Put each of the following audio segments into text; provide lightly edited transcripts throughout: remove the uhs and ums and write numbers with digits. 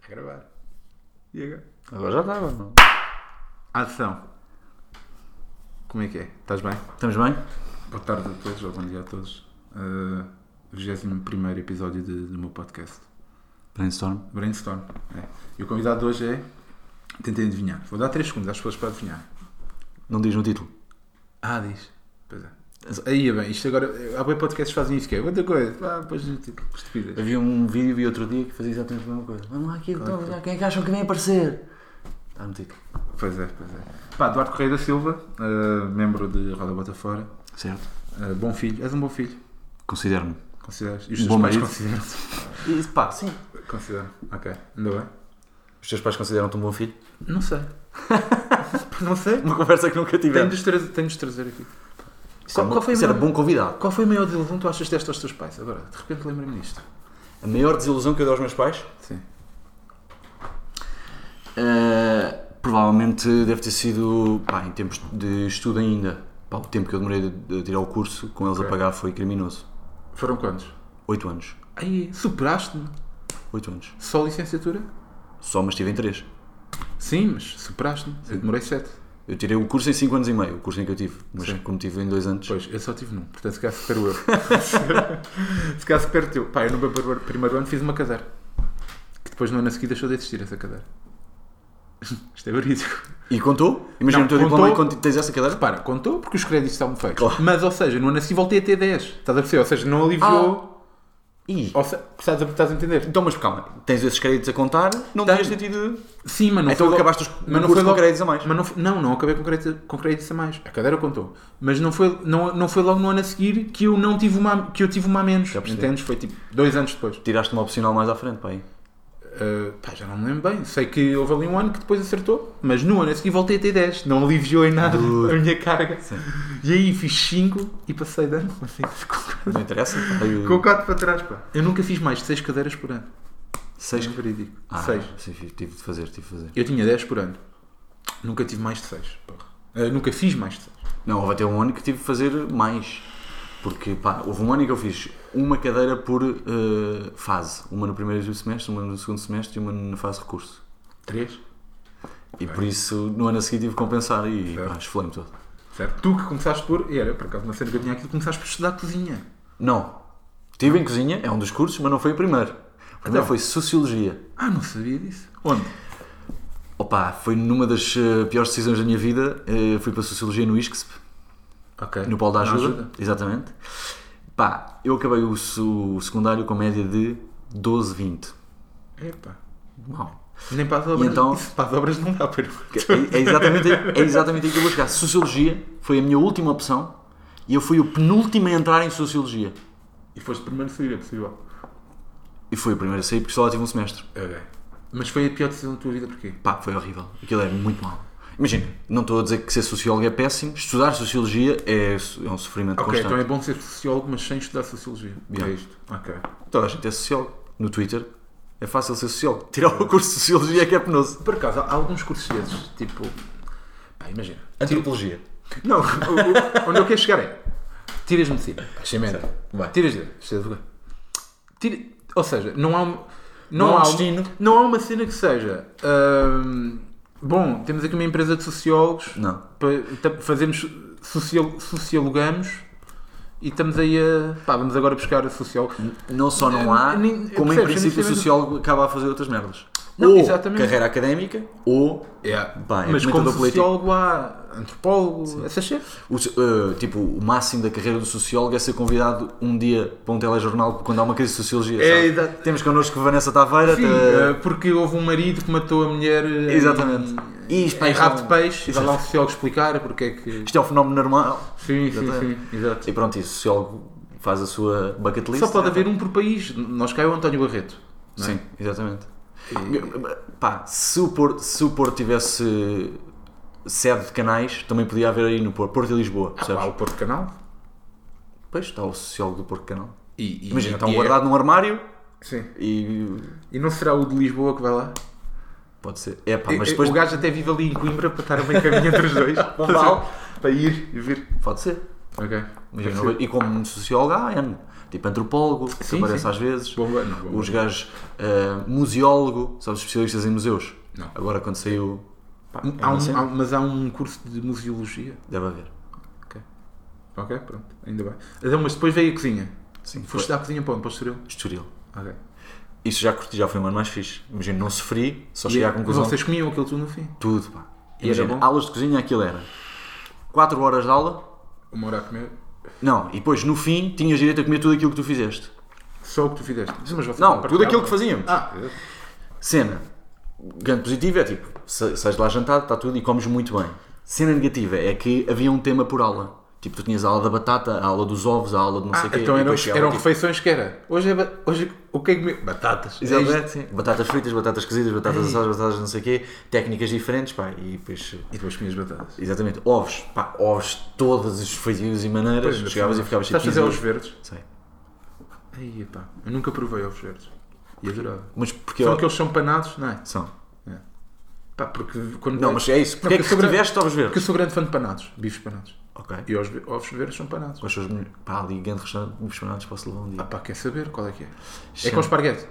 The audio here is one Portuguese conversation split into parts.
Gravar. E agora? Agora já estava, não? Ação. Como é que é? Estás bem? Estamos bem? Boa tarde a todos, ou bom dia a todos. 21º episódio do meu podcast. Brainstorm. É. E o convidado de hoje é... Tentei adivinhar. Vou dar 3 segundos às pessoas para adivinhar. Não diz no título? Diz. Pois é. Aí é bem, isto agora... Há bem podcasts que fazem isso, que é outra coisa. Pois tipo, estupidez. Havia um vídeo vi outro dia que fazia exatamente a mesma coisa. Vamos lá aqui, então, quem é que acham que vem aparecer? Está no título. Pois é. Duarte Correia da Silva, membro de Roda Bota Fora. Certo. Bom filho. És um bom filho. Considero-me. Consideras? E os teus Bom pais marido. consideram-te? Isso, pá, sim. Consideram. Ok. Ainda bem. Os teus pais consideram-te um bom filho? Não sei. Não sei. Uma conversa que nunca tivemos. Tenho de trazer aqui. Qual foi era bom convidado. Qual foi a maior desilusão que tu achas desta aos teus pais? Agora, de repente lembra-me disto. A maior desilusão que eu dei aos meus pais? Sim. Provavelmente deve ter sido, pá, em tempos de estudo ainda. Pá, o tempo que eu demorei de tirar o curso com eles a pagar foi criminoso. Foram quantos? 8 anos. Aí, superaste-me. 8 anos. Só licenciatura? Só, mas estive em 3. Sim, mas superaste-me. Eu demorei 7. Eu tirei o curso em 5 anos e meio, o curso em que eu tive. Mas Sim. como tive em 2 anos... Pois, eu só tive num. Portanto, se calhar supero eu. Se calhar supero teu. Pá, eu no meu primeiro ano fiz uma cadeira. Que depois no ano a seguir deixou de existir essa cadeira. Isto é verídico. E contou? Imagina Não, o teu contou. diploma e tens essa cadeira? Repara, contou porque os créditos estavam feitos. Claro. Mas, ou seja, no ano a seguir voltei a ter 10. Estás a perceber? Ou seja, não aliviou... Ih, Estás a entender? então, mas calma, tens esses créditos a contar, não Tenho. devias ter tido... Sim, mas não Então foi acabaste mas o curso com créditos a mais. Mas não acabei com créditos a mais. A cadeira contou. Mas não foi logo no ano a seguir que eu tive uma a menos. Já percebi. Entendes? Foi tipo 2 anos depois. Tiraste uma opcional mais à frente, pá, aí. Já não me lembro bem. Sei que houve ali um ano que depois acertou. Mas no ano a seguir voltei a ter 10. Não aliviou em nada a minha carga. Sim. E aí fiz 5 e passei de ano. Assim, Não interessa, pá. com 4 para trás, pá. Eu nunca fiz mais de 6 cadeiras por ano. 6? É verídico. 6. Sim, tive de fazer. Eu tinha 10 por ano. Nunca tive mais de 6. Nunca fiz mais de 6. Não, houve até um ano que tive de fazer mais. Porque, pá, houve um ano em que eu fiz uma cadeira por fase. Uma no primeiro semestre, uma no segundo semestre e uma na fase de recurso. 3? E por isso, no ano a seguir tive de compensar e esfolei-me todo. Certo. Tu que começaste por... Era, por acaso, uma cena que eu tinha aqui, começaste por estudar cozinha. Não. Estive em cozinha, é um dos cursos, mas não foi o primeiro. O primeiro foi Sociologia. Não sabia disso. Onde? Opa, foi numa das piores decisões da minha vida. Fui para Sociologia no ISCSP. Ok. No Polo da Na Ajuda. Exatamente. Pá, eu acabei o secundário com média de 12,20. Epá. Mal. Nem para as obras. Então- Isso para as obras não dá para... É exatamente aí que eu vou chegar. Sociologia foi a minha última opção e eu fui o penúltimo a entrar em Sociologia. E foste primeiro a sair, é possível. E fui o primeiro a sair porque só lá tive um semestre. Ok. Mas foi a pior decisão da tua vida porquê? Pá, foi horrível. Aquilo é muito mal. Imagina, não estou a dizer que ser sociólogo é péssimo. Estudar Sociologia é um sofrimento Ok, constante. então é bom ser sociólogo, mas sem estudar Sociologia. Yeah. É isto. Ok. Toda a gente é sociólogo. No Twitter é fácil ser sociólogo. Tirar o curso de Sociologia é que é penoso. Por acaso, há alguns cursos desses, tipo... Pá, imagina. Antropologia. Não, onde eu quero chegar é... Tiras medicina. Achei merda. Tiras direito. Achei advogado. Ou seja, não há um destino. Não há uma cena que seja... bom, temos aqui uma empresa de sociólogos. Não. Fazemos... Sociologamos... E estamos aí a... Pá, vamos agora buscar sociólogos. Não só não há, como em percebes? princípio o sociólogo acaba a fazer outras merdas. Não, ou exatamente. carreira académica, ou... Pá, é Mas como comentador político. sociólogo há antropólogo, essas cenas. O máximo da carreira do sociólogo é ser convidado um dia para um telejornal quando há uma crise de sociologia. É, sabe? exato. Temos connosco Vanessa Taveira. Sim, porque houve um marido que matou a mulher Exatamente. em Isto, pá, rabo de peixe e vai lá um sociólogo explicar porque é que... Isto é um fenómeno normal. Sim, Exatamente. exato. E pronto, e o sociólogo faz a sua bucket list. Só pode haver um por país. Nós cá é o António Barreto. Não é? Sim, exatamente. Pá, se o Porto tivesse sede de canais, também podia haver aí no Porto e Lisboa, percebes? Há o Porto Canal. Pois, está o sociólogo do Porto Canal. E Imagina, está guardado num armário Sim. e... E não será o de Lisboa que vai lá? Pode ser. É pá, mas depois... O gajo até vive ali em Coimbra para estar a meio caminho entre os dois. Para ir e vir. Pode ser. Ok. Imagina, e como sociólogo há N. Tipo antropólogo, que Sim, aparece sim. às vezes. Bomba, não, bomba. Os gajos museólogo, sabes, especialistas em museus. Não. Agora quando saiu. Pá, é Há uma um- cena. mas há um curso de museologia. Deve haver. Ok, pronto, ainda bem. Então, mas depois veio a cozinha. Sim, Foste dar a cozinha para onde? Para o Estoril? Estoril. Ok. Isso já curti, já foi um ano mais fixe. Imagina, não sofri, só E cheguei à conclusão. vocês comiam aquilo tudo no fim? Tudo, pá. E era Imagina, bom? aulas de cozinha aquilo era 4 horas de aula. Uma hora a comer? Não, e depois no fim tinhas direito a comer tudo aquilo que tu fizeste. Só o que tu fizeste? Mas vocês Não, não tudo aquilo que partilhavam? fazíamos. Ah, Cena, grande positivo é tipo, sais de lá jantar, está tudo e comes muito bem. Cena negativa é que havia um tema por aula. Tipo, tu tinhas a aula da batata, a aula dos ovos, a aula de não sei o quê. então e eram, depois chegava, eram tipo, refeições que era. Hoje o que é que comer? Batatas. exatamente, sim. Batatas fritas, batatas cozidas, batatas assadas, batatas não sei o quê, técnicas diferentes, pá, e depois... E depois comias batatas. Exatamente, ovos, pá, ovos de todos os feitios e maneiras, Pois, chegavas e ficavas Estás a fazer tipo, ovos verdes? sei. Aí, pá, eu nunca provei ovos verdes. E adorava. Mas porque São eu... aqueles que são panados, não é? São. Pá, porque quando Não, mas é isso, porque é que eu sou grande- tiveste ovos Porque eu verdes? sou grande fã de panados, bifes panados. Ok. E ovos verdes são panados. Quais são os melhores? Pá, ali, grande restaurante, bifes panados, posso levar um dia. Ah, pá, quer saber qual é que é? Sim. É com esparguete?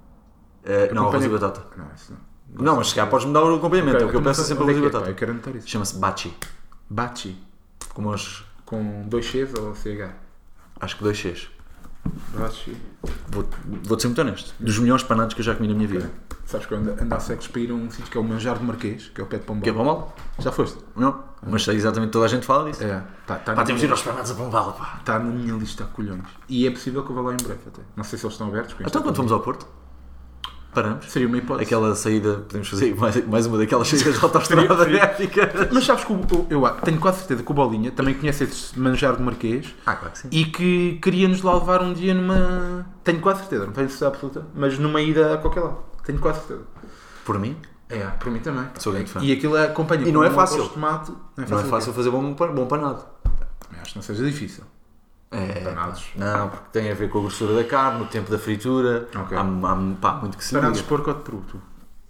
Não, arroz e Acompanha- batata. Não, isso não. Não, mas se calhar podes-me dar o acompanhamento, Ok, o que eu então peço é não sei sempre onde arroz e é que é, pá, batata. eu quero anotar isso. Chama-se bachi, Bachi. como os... Com 2 Cs ou CH? Acho que 2 Cs. Bachi. Vou-te ser muito honesto. Dos melhores panados que eu já comi na minha vida. Sabes que eu ando a secos para ir a um sítio que é o Manjar do Marquês, que é o pé de Pombal. Que é Pombal? Já foste? Não, mas sei exatamente, toda a gente fala disso. É. Tá Pá, temos de ir aos panados a Pombal, pá. Está na minha lista a colhões. E é possível que eu vá lá em breve até. Não sei se eles estão abertos. Então quando fomos ao Porto, paramos. Seria uma hipótese. Aquela saída, podemos fazer mais uma daquelas saídas de autostrada épica. Mas sabes que eu tenho quase certeza que o Bolinha também conhece esse Manjar do Marquês Claro que sim. e que queria-nos lá levar um dia numa... Tenho quase certeza, não tenho certeza absoluta, mas numa ida a qualquer lado. Tenho quase certeza. Por mim, É, por mim também. Sou grande fã. E aquilo acompanha E não com é um fácil. arroz de tomate. não é fácil fazer bom panado. Também acho que não seja difícil. Panados. Não, porque tem a ver com a grossura da carne, o tempo da fritura. Ok. Há pá, muito que se Panados de liga. porco ou de peru, tu?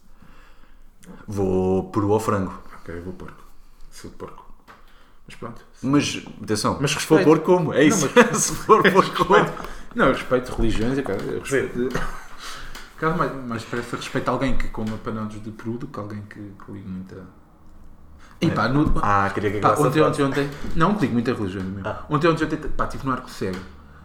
Vou peru ao frango. Ok, eu vou porco. Sou de porco. Mas pronto. Mas, atenção, Mas se for respeito. porco como? É isso. Se for porco como? Não, eu respeito religiões, cara. Eu respeito... Cara, mais parece respeito a alguém que coma panados de peru do que alguém que ligue muita... E pá, Queria que pá, acabasse a frase. ontem... Não, que ligo muita religião meu. Ontem, pá, estive no Arco Cego.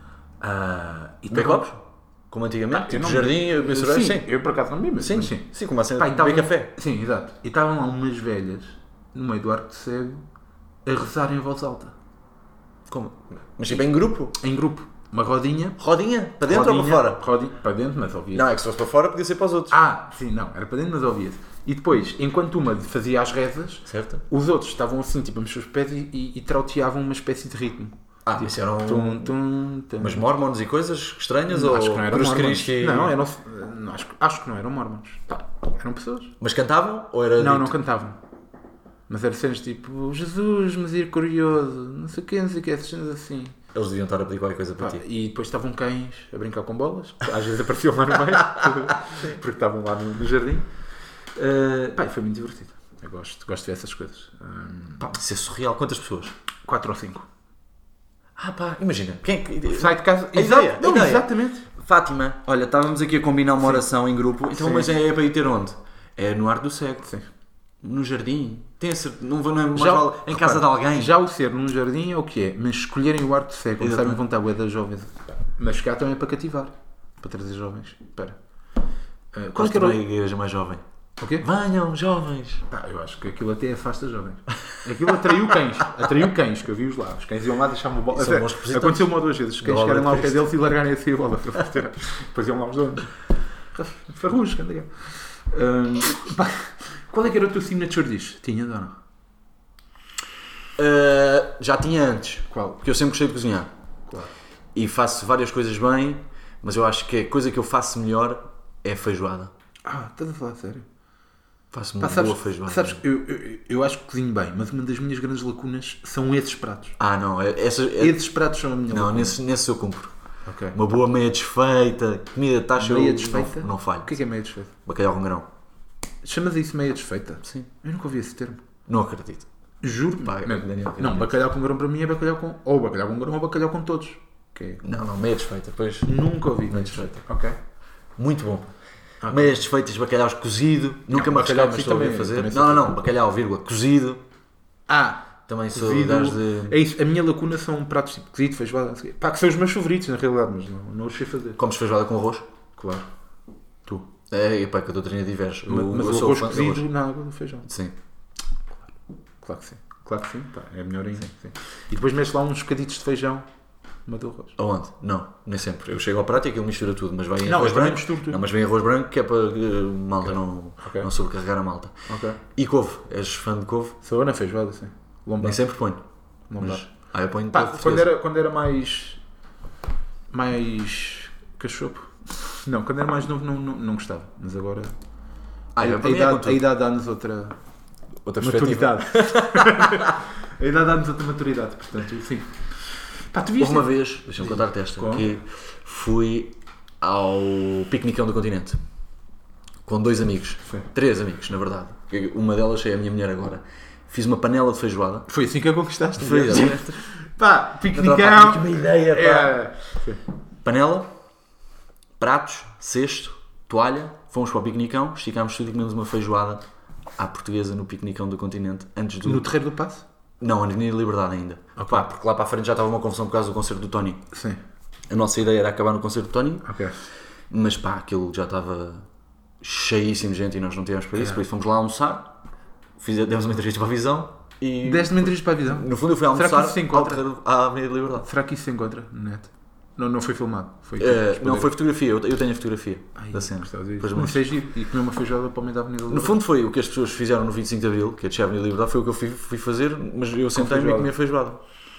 E Bem copos? Como antigamente? eu Tipo não- jardim, mensurais? Sim, eu por acaso não vi, mas Sim, sim. sim, como a cena Pá, e de beber estavam- café. Sim, exato. E estavam lá umas velhas, no meio do Arco Cego, a rezar em voz alta. Como? Mas tipo em grupo? Em grupo. Uma rodinha. Rodinha? Para dentro ou para fora? Rodinha, para dentro, mas ouvia. Não, é que se fosse para fora podia ser para os outros. Sim, não, era para dentro, mas ouvia-se. E depois, enquanto uma fazia as rezas, Certo? os outros estavam assim, tipo, a mexer os pés e trauteavam uma espécie de ritmo. Tipo, Isso eram... tum, tum, tum. Mas mormons e coisas estranhas Não, ou acho que não eram Cruz de mormons. Cristo e... Não, acho que não eram mormons. Eram pessoas. Mas cantavam? Ou era Não, dito? não cantavam. Mas eram cenas tipo, Jesus, misericordioso, não sei o que, essas cenas assim. Eles deviam estar a pedir qualquer coisa para Pá, ti. e depois estavam cães a brincar com bolas, às vezes apareciam lá no meio, porque estavam lá no jardim. Pá, e foi muito divertido. Eu gosto de ver essas coisas. Pá, isso é surreal. Quantas pessoas? 4 ou 5. Pá, imagina. Quem é que... Sai de casa. A ideia, Não, a ideia. exatamente. Fátima, olha, estávamos aqui a combinar uma oração em grupo. Então, Sim. mas é para ir ter onde? É no Arco do Cego. Sim. No jardim. Tem não é mais Já- vale em casa de alguém. Já o ser num jardim é o que é, mas escolherem o Arco de Cego, quando sabem Exatamente. vão estar bué das jovens. Mas cá também é para cativar. Para trazer jovens. Espera. Qual é Qual que era a o... igreja mais jovem? O quê? Venham, jovens. Pá, eu acho que aquilo até afasta jovens. Aquilo atraiu cães, que eu vi-os lá. Os cães iam lá deixar uma bola. São bons representantes. Aconteceu uma ou duas vezes. Os cães Da obra chegarem lá ao de pé Cristo. deles e largarem assim a bola para fazer. Depois iam lá os donos. Farrusca, anda cá. Pá, qual é que era o teu signature dish? Tinha, ou não? Já tinha antes. Qual? Porque eu sempre gostei de cozinhar. Claro. E faço várias coisas bem, mas eu acho que a coisa que eu faço melhor é a feijoada. Estás a falar sério? Faço Pá, uma boa feijoada. sabes, eu acho que cozinho bem, mas uma das minhas grandes lacunas são esses pratos. Não, Esses pratos são a minha não, lacuna. nesse eu cumpro. Ok. Uma boa meia desfeita, comida de taxa Meia eu desfeita? não falho. O que é meia desfeita? Bacalhau com grão. Chamas isso meia desfeita? Sim. Eu nunca ouvi esse termo. Não acredito. Juro, Pá, man, Daniel, não, bacalhau com grão para mim é bacalhau com... Ou bacalhau com grão ou bacalhau com todos. Que é... Não, meia desfeita, pois. Nunca ouvi. Meia desfeita. Ok. Muito bom. Ok. Meias desfeitas, bacalhaus cozido. Nunca me arrisquei, bacalhau mas cozido estou a ver também- fazer. também Não, sei não, bacalhau, vírgula, cozido. Também sou Cozido. gajo de... É isso, a minha lacuna são pratos tipo cozido, feijoada, não sei o quê. Pá, que são os meus favoritos na realidade, mas não os sei fazer. Comes feijoada com arroz? Claro. Tu. É, pá, que a doutrina diverge. Mas eu o sou arroz fã de cozido arroz. na água do feijão. Sim. Claro que sim. Claro que sim. Pá, é melhor ainda. Sim. E depois metes lá uns bocaditos de feijão no do arroz. Aonde? Não, nem sempre. Eu chego ao prato e aquilo mistura tudo, mas vem Não, arroz eu também branco. misturo tudo. Não, mas vem arroz branco que é para malta Ok. não sobrecarregar a malta. Ok. E couve? És fã de couve? Sou eu na feijoada, sim. Lombado. Nem sempre ponho. Lombado. Mas, eu ponho Pá, couve quando era mais cachopo. Não, quando era mais novo não gostava. Mas agora a idade dá-nos outra perspectiva. maturidade. A idade dá-nos outra maturidade, portanto, sim. Pá, tu Houve viste? uma vez, deixa-me contar-te esta, Como? que fui ao piquenicão do continente com 2 amigos, Sim. 3 amigos na verdade. Uma delas é a minha mulher agora. Fiz uma panela de feijoada. Foi assim que a conquistaste. Foi, né? exatamente. Pá, Tinha piquenicão. uma ideia, pá. É. Sim. Panela, pratos, cesto, toalha, fomos para o piquenicão, esticámos tudo e comemos uma feijoada à portuguesa no piquenicão do continente antes do... No Terreiro do Passo? Não, a Avenida Liberdade ainda. Ok. Pá, porque lá para a frente já estava uma confusão por causa do concerto do Tony. Sim. A nossa ideia era acabar no concerto do Tony, Ok. mas pá, aquilo já estava cheíssimo de gente e nós não tínhamos para isso, por isso fomos lá almoçar, demos uma entrevista para a Visão e... Deste-me entrevista para a Visão? No fundo eu fui Será que almoçar isso se encontra? à Avenida Liberdade. Será que isso se encontra no net? Não foi filmado. Foi Não, foi fotografia, eu tenho a fotografia da cena. Depois Não mostro. sei giro. E comer uma feijoada para o meio da Avenida No Liberdade. fundo foi o que as pessoas fizeram no 25 de Abril, que é de Avenida Liberdade, foi o que eu fui fazer, mas eu sentei-me e feijoada. comi a feijoada.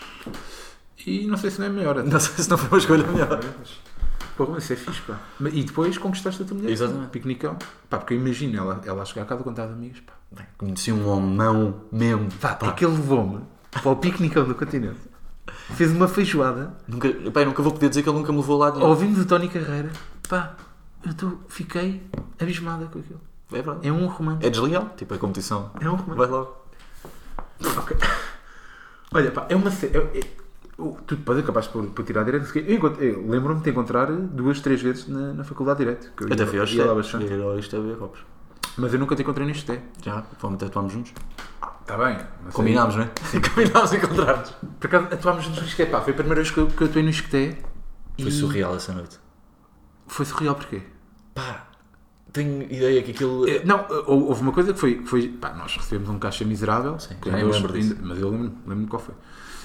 E não sei se não é melhor. até. Não sei se não foi uma escolha melhor. Pô, isso é fixe, pá. E depois conquistaste a tua mulher. Exatamente. Piquenicão. Pá, porque eu imagino ela a chegar a casa com de amigos, pá. Bem, conheci um homão mesmo. Pá, porque ele levou-me para o piquenicão do continente. Fez uma feijoada. Nunca vou poder dizer que ele nunca me levou lá de Ouvimos o Tony Carreira. Pá, fiquei abismada com aquilo. É verdade. É um romance. É desleal, tipo a competição. É um romance. Vai logo. Ok. Olha, pá, é uma cena. Tu depois acabaste por tirar direito. Eu lembro-me de te encontrar 2, 3 vezes na faculdade de direito. Que eu Até ia- fui ao ia lá Esté. bastante. Cheguei ao Esté a ver copos. Mas eu nunca te encontrei no Esté. Já, fomos até tomámos juntos. Está bem. Mas Combinámos, não é? Combinámos encontrar-nos. Por acaso atuámos juntos no Esqueté, pá. Foi a primeira vez que eu atuei no Esqueté. Foi surreal essa noite. Foi surreal porquê? Pá, tenho ideia que aquilo... Não, houve uma coisa que foi pá, nós recebemos um caixa miserável. Sim, que já nem ainda me lembro hoje- disso. Mas eu lembro-me qual foi.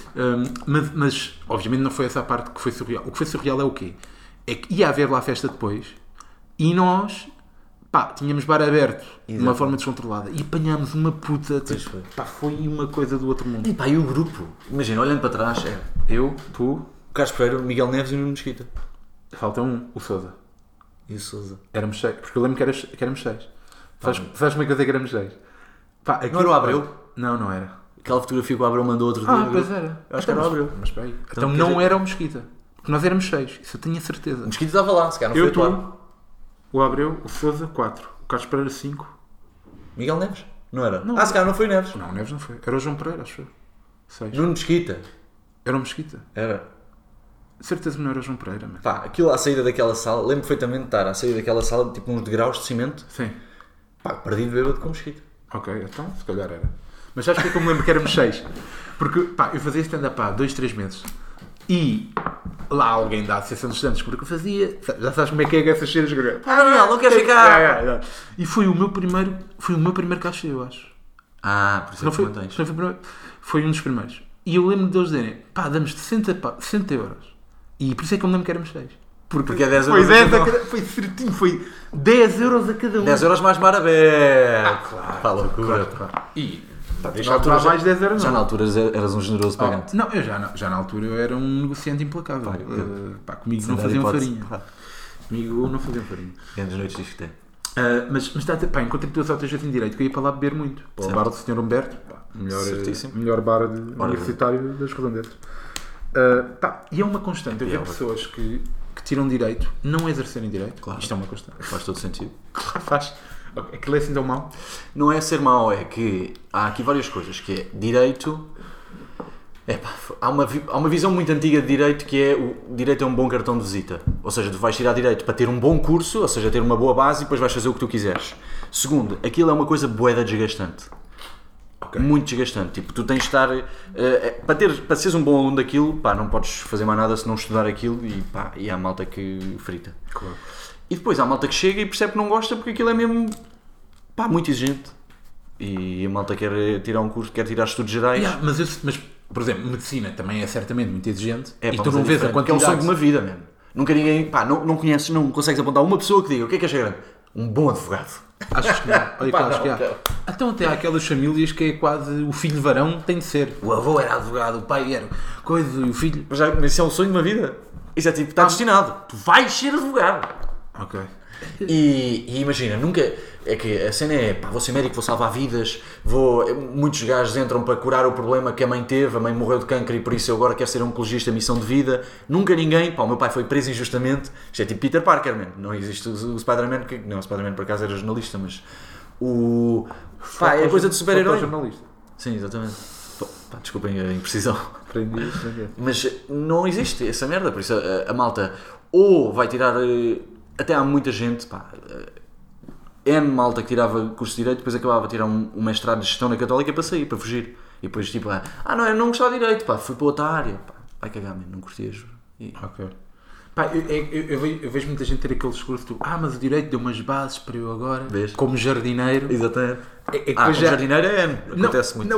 Mas obviamente não foi essa a parte que foi surreal. O que foi surreal é o quê? É que ia haver lá a festa depois e nós, pá, tínhamos bar aberto de uma Exato. forma descontrolada e apanhámos uma puta. Pois Tipo, foi. pá, foi uma coisa do outro mundo. E pá, e o grupo? Imagina, olhando para trás, era Eu, tu, o Carlos Pereira, o Miguel Neves e o Nuno Mesquita. falta um, o Sousa. E o Sousa. Éramos 6, porque eu lembro que éramos 6. Sabes como é que eu sei que éramos 6? Pá, Não era o Abreu? Não era. Aquela fotografia que o Abreu mandou outro dia. Ah, pois era. Eu acho que era o Abreu. Mas espera aí. Então quer não dizer- era o Mesquita. Porque nós éramos 6. Isso eu tenho a certeza. O Mesquita estava lá, se calhar não foi Eu, atuado. tu, o Abreu, o Sousa, 4. O Carlos Pereira, 5. Miguel Neves? Não era? Não. Se calhar não foi Neves. Não, o Neves não foi. Era o João Pereira, acho eu. 6. Nuno Mesquita. Era o Mesquita. Era. De certeza que não era o João Pereira, mano. Pá, aquilo à saída daquela sala, lembro perfeitamente de estar à saída daquela sala, tipo uns degraus de cimento. Sim. Pá, perdido bêbado com Mesquita. Ok, então se calhar era. Mas sabes porque é que eu me lembro que éramos 6? Porque, pá, eu fazia stand-up há 2, 3 meses. E lá alguém da Associação dos Estudantes, porque eu fazia. Já sabes como é que é essas cheiras que eu... Ah, Daniel, não queres ficar? E foi o meu primeiro cachê, eu acho. Ah, por isso Não é que foi, tu mantens. não foi, o primeiro, foi um dos primeiros. E eu lembro de eles dizerem, pá, damos 60 euros. E por isso é que eu me lembro que éramos 6. Porque é 10 Foi euros 10 a a cada um. cada, foi certinho, foi 10 euros a cada um. 10 euros mais mar aberto. Ah, claro. Pá, loucura. Claro. E Na deixava altura para mais 10 euros. Já não. na altura eras um generoso pagante. Não, eu já na altura eu era um negociante implacável. Comigo Sem não dar faziam hipótese. farinha. Claro. Comigo não faziam farinha. Grandes noites de discoteca. Mas pá, encontrei 2 ou 3 vezes em direito que eu ia para lá beber muito. Para o Certo. bar do Sr. Humberto, pá, Certíssimo. melhor bar universitário das redondezas. Pá, e é uma constante. Eu vejo pessoas que tiram direito, não exercerem direito. Claro. Isto é uma constante. Faz todo sentido. Claro, faz. Aquilo é assim tão mau? Não é ser mau, é que há aqui várias coisas, que é direito... há uma visão muito antiga de direito que é o direito é um bom cartão de visita. Ou seja, tu vais tirar direito para ter um bom curso, ou seja, ter uma boa base e depois vais fazer o que tu quiseres. Segundo, aquilo é uma coisa bué de desgastante. Ok. Muito desgastante. Tipo, tu tens de estar... para seres um bom aluno daquilo, pá, não podes fazer mais nada se não estudar aquilo e há malta que frita. Claro. E depois há malta que chega e percebe que não gosta porque aquilo é mesmo, pá, muito exigente. E a malta quer tirar um curso, quer tirar estudos gerais. Mas, por exemplo, medicina também é certamente muito exigente. É, e pá, tu não mas vês a diferente, porque é um quantidade. sonho de uma vida, mano. Nunca ninguém, pá, não conheces, não consegues apontar uma pessoa que diga o que é que é grande? Um bom advogado. Achas que não? Olha que Pá, acho que há. não. Então até há aquelas famílias que é quase o filho varão tem de ser. O avô era advogado, o pai era coisa e o filho... Mas isso é um sonho de uma vida. Isso é tipo, está destinado. Tu vais ser advogado. Ok. E imagina, nunca... É que a cena é, pá, vou ser médico, vou salvar vidas, muitos gajos entram para curar o problema que a mãe teve, a mãe morreu de cancro e por isso eu agora quero ser oncologista, missão de vida. Nunca ninguém, pá, o meu pai foi preso injustamente. Isto é tipo Peter Parker, man. Não existe o Spider-Man, não, o Spider-Man por acaso era jornalista, mas pá, é coisa de super-herói. Jornalista. Sim, exatamente. Pá, desculpem a imprecisão. Aprendi isso. Mas não existe essa merda, por isso a malta ou vai tirar, até há muita gente, pá, N malta que tirava curso de Direito, depois acabava a tirar um mestrado de Gestão na Católica para sair, para fugir. E depois tipo, não, eu não gostava de Direito, pá, fui para outra área, pá, vai cagar, man, não curtias. Ok. Pá, eu vejo muita gente ter aquele discurso do mas o Direito deu umas bases para eu agora, Vês? como jardineiro. Exatamente. Como jardineiro é N, acontece muito. Não,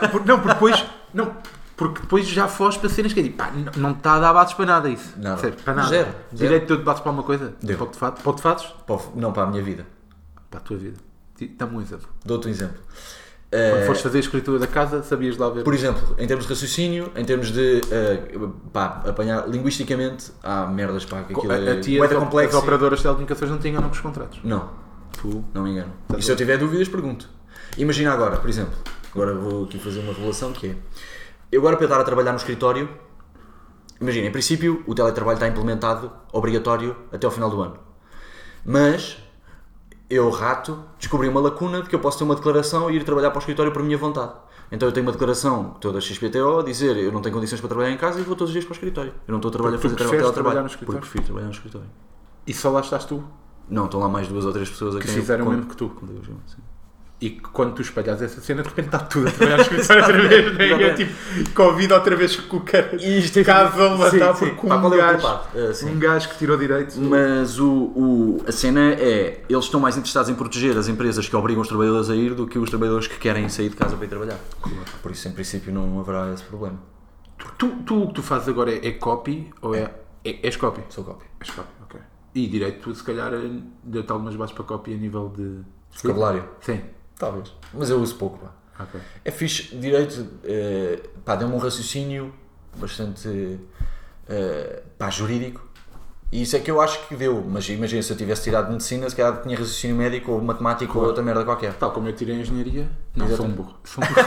porque depois já foste para cenas que é tipo, pá, não está a dar bases para nada isso. Nada. Sério, para nada. Zero. Direito deu-te bases para alguma coisa? Deu. Para o de fatos? Não, para a minha vida. Para a tua vida. Dá-me um exemplo. Dou-te um exemplo. Quando foste fazer a escritura da casa, sabias lá ver. Por exemplo, em termos de raciocínio, em termos de apanhar linguisticamente, há merdas, pá, que aquilo é bué complexo. As operadoras de telecomunicações não tinham novos contratos. Não, Tu. não me engano. E se eu tiver dúvidas, pergunto. Imagina agora, por exemplo, agora vou aqui fazer uma revelação que é, eu agora para eu estar a trabalhar no escritório, imagina, em princípio o teletrabalho está implementado, obrigatório, até ao final do ano. Mas eu, rato, descobri uma lacuna de que eu posso ter uma declaração e ir trabalhar para o escritório por minha vontade. Então eu tenho uma declaração toda XPTO a dizer eu não tenho condições para trabalhar em casa e vou todos os dias para o escritório. Eu não estou a trabalhar a fazer teletrabalho. Porque prefiro trabalhar no escritório. E só lá estás tu? Não, estão lá mais 2 ou 3 pessoas a Que quem fizeram eu o mesmo que tu. Sim. E que quando tu espalhas essa cena, de repente está tudo a trabalhar no escritório outra vez, né? E é tipo, Covid outra vez com o cara de casa a matar porque um gajo que tirou direito. Mas a cena é, eles estão mais interessados em proteger as empresas que obrigam os trabalhadores a ir do que os trabalhadores que querem sair de casa para ir trabalhar. Por isso, em princípio, não haverá esse problema. O que tu fazes agora é copy ou és copy? Sou copy. És copy, ok. E direito, tu se calhar deu-te algumas bases para copy a nível de... Vocabulário? Sim. Talvez. Mas eu uso pouco, pá. Okay. É fixe, direito, deu-me um raciocínio bastante, jurídico. E isso é que eu acho que deu. Mas imagina, se eu tivesse tirado medicina, se calhar tinha raciocínio médico ou matemático ou outra merda qualquer. Tal como eu tirei engenharia, não sou um burro.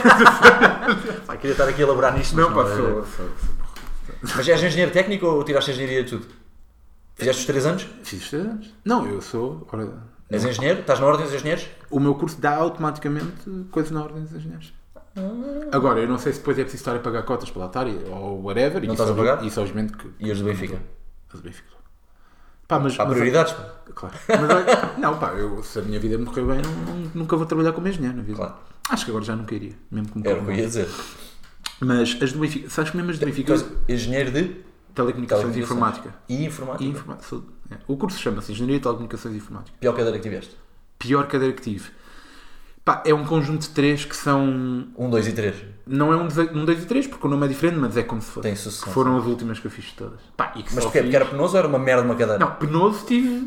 Pá, queria estar aqui a elaborar nisto. Não, mas pá, sou. Mas és engenheiro técnico ou tiraste engenharia de tudo? Fizeste os 3 anos? Fiz os 3 anos. Não, eu sou... És engenheiro? Estás na ordem dos engenheiros? O meu curso dá automaticamente coisas na ordem dos engenheiros. Agora, eu não sei se depois é preciso estar a pagar cotas para lá estar ou whatever. Não estás a pagar? Isso obviamente que... E os do Benfica? As do Benfica. Pá, mas... Há prioridades? Claro. Mas olha, não, pá, se a minha vida me correr bem, nunca vou trabalhar como engenheiro na vida. Claro. Acho que agora já nunca iria. Mesmo que me Era o que eu ia dizer. Mas as do Benfica... Sabes que mesmo as do Benfica... Engenheiro de... Telecomunicações e Informática. E Informática? O curso chama-se Engenharia de Telecomunicações e Informática. Pior cadeira que tiveste? Pior cadeira que tive. Pá, é um conjunto de 3 que são... 1, 2 e 3. Não é um 2 e 3, porque o nome é diferente, mas é como se fosse. Tem sucessão. Que foram as últimas que eu fiz todas. Pá, e que mas porquê? Porque era penoso ou era uma merda uma cadeira? Não, penoso tive...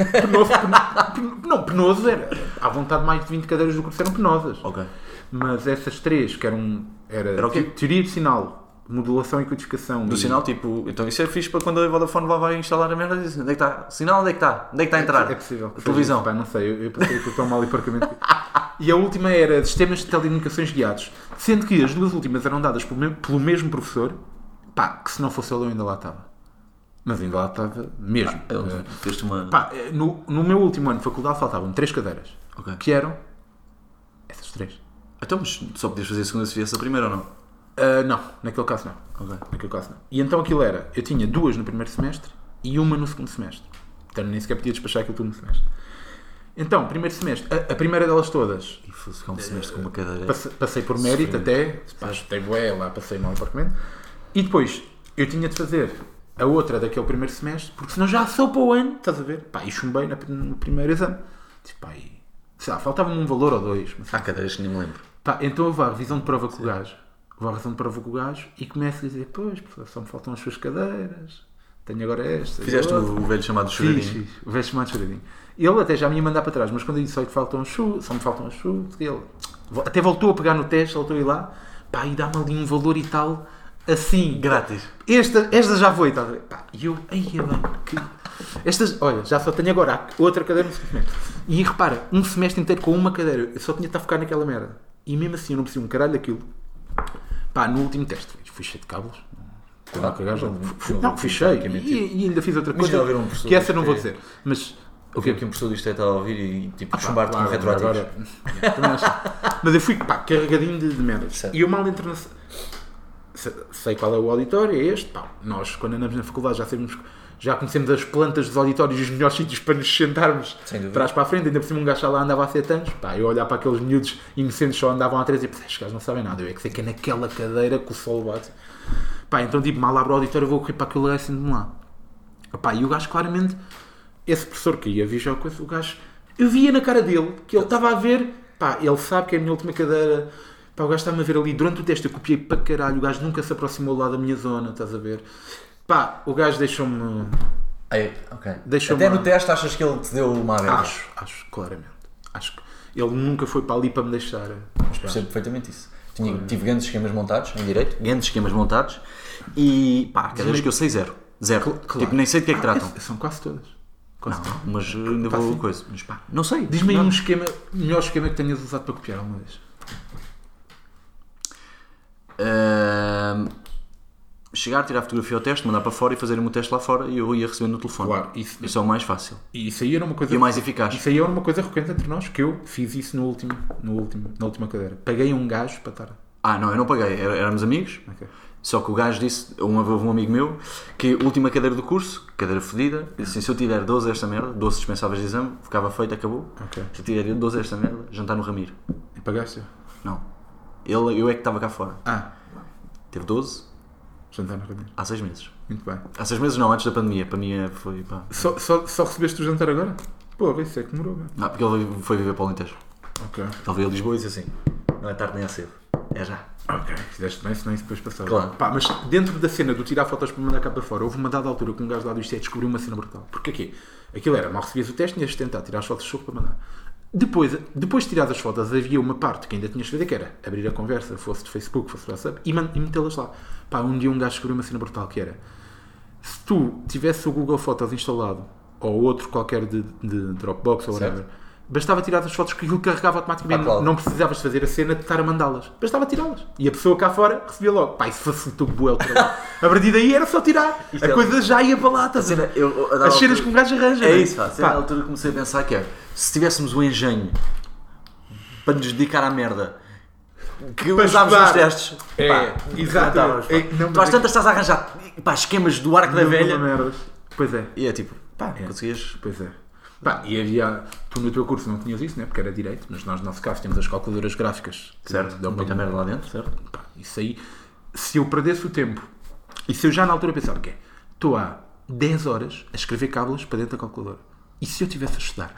Penoso era... À vontade, mais de 20 cadeiras do curso eram penosas. Ok. Mas essas 3, que eram... Era o quê? Teoria de sinal, modulação e codificação. Do sinal, tipo... Então isso é fixe para quando a Vodafone lá vai instalar a merda e diz, onde é que está? Sinal, onde é que está? Onde é que está a entrar? É possível. A televisão. Isso, pá, não sei, eu passei por tão mal e porcamente. E a última era sistemas de telecomunicações guiados. Sendo que as 2 últimas eram dadas pelo mesmo professor, pá, que se não fosse ele eu ainda lá estava. Mas ainda lá estava mesmo. Fez-te uma... Pá, no meu último ano de faculdade faltavam 3 cadeiras. Ok. Que eram essas 3. Então, mas só podias fazer a segunda se viesse a primeira ou não? Não, naquele caso não. Ok. Naquele caso não. E então aquilo era, eu tinha 2 no primeiro semestre e 1 no segundo semestre. Então nem sequer podia despachar aquilo tudo no semestre. Então, primeiro semestre, a primeira delas todas, E fosse ficar um semestre com uma cadeira... passei por mérito até, pá, estudei bué, lá passei mal apartamento. E depois, eu tinha de fazer a outra daquele primeiro semestre, porque senão já sou para o ano, estás a ver? Pá, e chumbei no primeiro exame. Tipo, pá, e, sei lá, faltava-me um valor ou 2. Mas, Há cadeiras que nem me lembro. pá, então eu vou à revisão de prova com o gajo. Vou à revisão de prova com o gajo e começo a dizer, pois, professor, só me faltam as suas cadeiras. Tenho agora esta. Fizeste o velho chamado choradinho. Fiz, o velho chamado choradinho. Ele até já me ia mandar para trás, mas quando eu disse só me faltam as chutes, ele até voltou a pegar no teste, voltou a ir lá, pá, e dá-me ali um valor e tal, assim. Grátis. Esta já foi, tá a ver? Pá, e eu, ai, bem, que... Estas, olha, já só tenho agora outra cadeira no semestre. E repara, um semestre inteiro com uma cadeira, eu só tinha de estar a focar naquela merda. E mesmo assim eu não percebi um caralho daquilo. Pá, no último teste, fui cheio de cabos. Fui cheio. E ainda fiz outra coisa, haver um professor que essa não vou que- dizer. Mas O que é que um professor disto estava a ouvir e tipo chumbar-te com claro, retroativos? agora- também acho. Mas eu fui, pá, carregadinho de merdas. Certo. E eu mal entro na... Sei qual é o auditório, é este. Pá, nós, quando andamos na faculdade, já conhecemos as plantas dos auditórios e os melhores sítios para nos sentarmos Sem dúvida. trás para a frente. Ainda por cima um gajo lá andava há 7 anos. Pá, eu olhar para aqueles miúdos inocentes só andavam há 3 e pensei, estes gajos não sabem nada. Eu é que sei que é naquela cadeira que o sol bate. Pá, então tipo, mal abro o auditório, vou correr para aquele lugar e sento-me lá. Pá, e o gajo claramente, esse professor que ia viajar com o gajo, eu via na cara dele que ele estava a ver, pá, ele sabe que é a minha última cadeira, pá, o gajo está-me a ver ali, durante o teste eu copiei para caralho, o gajo nunca se aproximou lá da minha zona, estás a ver? Pá, o gajo deixou-me... Aí, ok. Deixa-me Até lá. no teste achas que ele te deu uma aberta? Acho, claramente. Acho que ele nunca foi para ali para me deixar... Percebo perfeitamente isso. Tive grandes esquemas montados, em direito, grandes esquemas montados e pá, cadeiras que eu sei zero. Zero. Claro. Tipo, nem sei de que é que tratam. São quase todas. Quase todas. Mas ainda Pá, vou sim. coisa. Mas pá, não sei. Diz-me aí Não. um esquema, o melhor esquema que tenhas usado para copiar alguma vez. Chegar, tirar a fotografia ao teste, mandar para fora e fazer-me o teste lá fora e eu ia recebendo no telefone. Claro, isso- Isso é o mais fácil. E isso aí era uma coisa... E o mais eficaz. Isso aí era uma coisa recorrente entre nós, que eu fiz isso na última cadeira. Paguei um gajo para estar... Ah, não, eu não paguei. Éramos amigos. Ok. Só que o gajo disse, houve um amigo meu, que a última cadeira do curso, cadeira fodida, disse assim, se eu tiver 12 esta merda, 12 dispensáveis de exame, ficava feito, acabou. Ok. Se eu tiver 12 esta merda, jantar no Ramiro. E pagaste? Não. Eu é que estava cá fora. Ah, Teve 12 jantar no caminho. há 6 meses. Muito bem. Há 6 meses não, antes da pandemia. Para mim foi, pá. Só recebeste o jantar agora? Porra, isso é que demorou, velho. Não, porque ele foi viver para o Alentejo. Ok. Ele veio a Lisboa e disse assim, não é tarde nem é cedo. É já. Ok, fizeste bem, senão isso depois passava. Claro. Pá, mas dentro da cena do tirar fotos para mandar cá para fora, houve uma dada altura que um gajo lá do isto descobriu uma cena brutal. Porque aqui, aquilo era, mal recebias o teste, tinhas de tentar tirar as fotos de choco para mandar. Depois de tirar as fotos, havia uma parte que ainda tinhas de fazer, que era abrir a conversa, fosse de Facebook, fosse de WhatsApp, e metê-las lá. Pá, um dia um gajo descobriu uma cena brutal, que era, se tu tivesse o Google Fotos instalado, ou outro qualquer de Dropbox ou whatever, bastava tirar as fotos que aquilo carregava automaticamente. Claro. Não precisavas de fazer a cena de estar a mandá-las. Bastava tirá-las. E a pessoa cá fora recebia logo. Pá, isso facilitou bué o trabalho. A partir daí era só tirar. Isto A é- coisa já ia para lá. Estás a ver? As cenas que um gajo arranja. É não isso, pá. A Pá, altura comecei a pensar que é, se tivéssemos o engenho para nos dedicar à merda que Para usávamos estudar. nos testes, É, pá, exato. rebentávamos, pá. É, não, Tu às mas tantas estás a arranjar pá, esquemas do arco da não velha merdas. Pois é. e é tipo, pá, É. conseguias. Pois é. Pá, e havia... Tu no teu curso não tinhas isso, né? Porque era direito. Mas nós, no nosso caso, temos as calculadoras gráficas. que Certo, dão muita merda lá dentro, certo? Pá, isso aí... Se eu perdesse o tempo... E se eu já na altura pensava, ok, estou há 10 horas a escrever cábulas para dentro da calculadora. E se eu estivesse a estudar?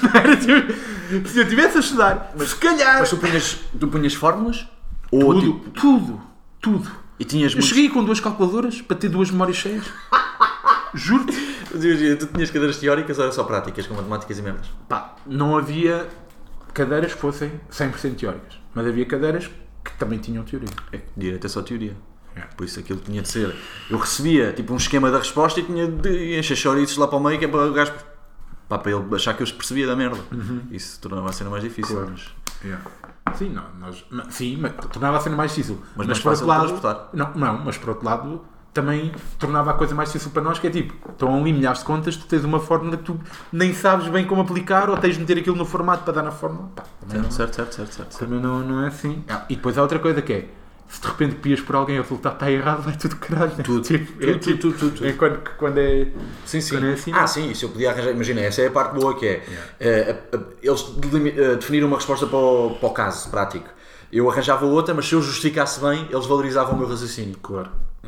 Se eu estivesse a estudar, se calhar... Mas tu punhas fórmulas ou Tudo. e tinhas Eu muitos... cheguei com 2 calculadoras para ter 2 memórias cheias. Juro-te. Tu tinhas cadeiras teóricas ou era só práticas com matemáticas e merdas? Pá, não havia cadeiras que fossem 100% teóricas. Mas havia cadeiras que também tinham teoria. É que direito é só teoria. É. Por isso aquilo tinha de ser. Eu recebia tipo um esquema da resposta e tinha de encher chouriços lá para o meio que é para o gajo. Pá, para ele achar que eu percebia da merda. Isso tornava a cena mais difícil. Claro. Mas... Sim, mas tornava a cena mais difícil. Mas mais por fácil outro de transportar. Não, mas por outro lado, também tornava a coisa mais difícil para nós, que é tipo, estão ali milhares de contas, tu tens uma fórmula que tu nem sabes bem como aplicar, ou tens de meter aquilo no formato para dar na fórmula. Pá, Certo. também não é assim. E depois há outra coisa que é, se de repente copias por alguém e o resultado está errado, vai tudo caralho. Né? Tudo. É quando é... Sim. Quando é assim, Sim, isso eu podia arranjar. Imagina, essa é a parte boa que é. Eles definiram uma resposta para o caso prático. Eu arranjava outra, mas se eu justificasse bem, eles valorizavam o meu raciocínio. Claro.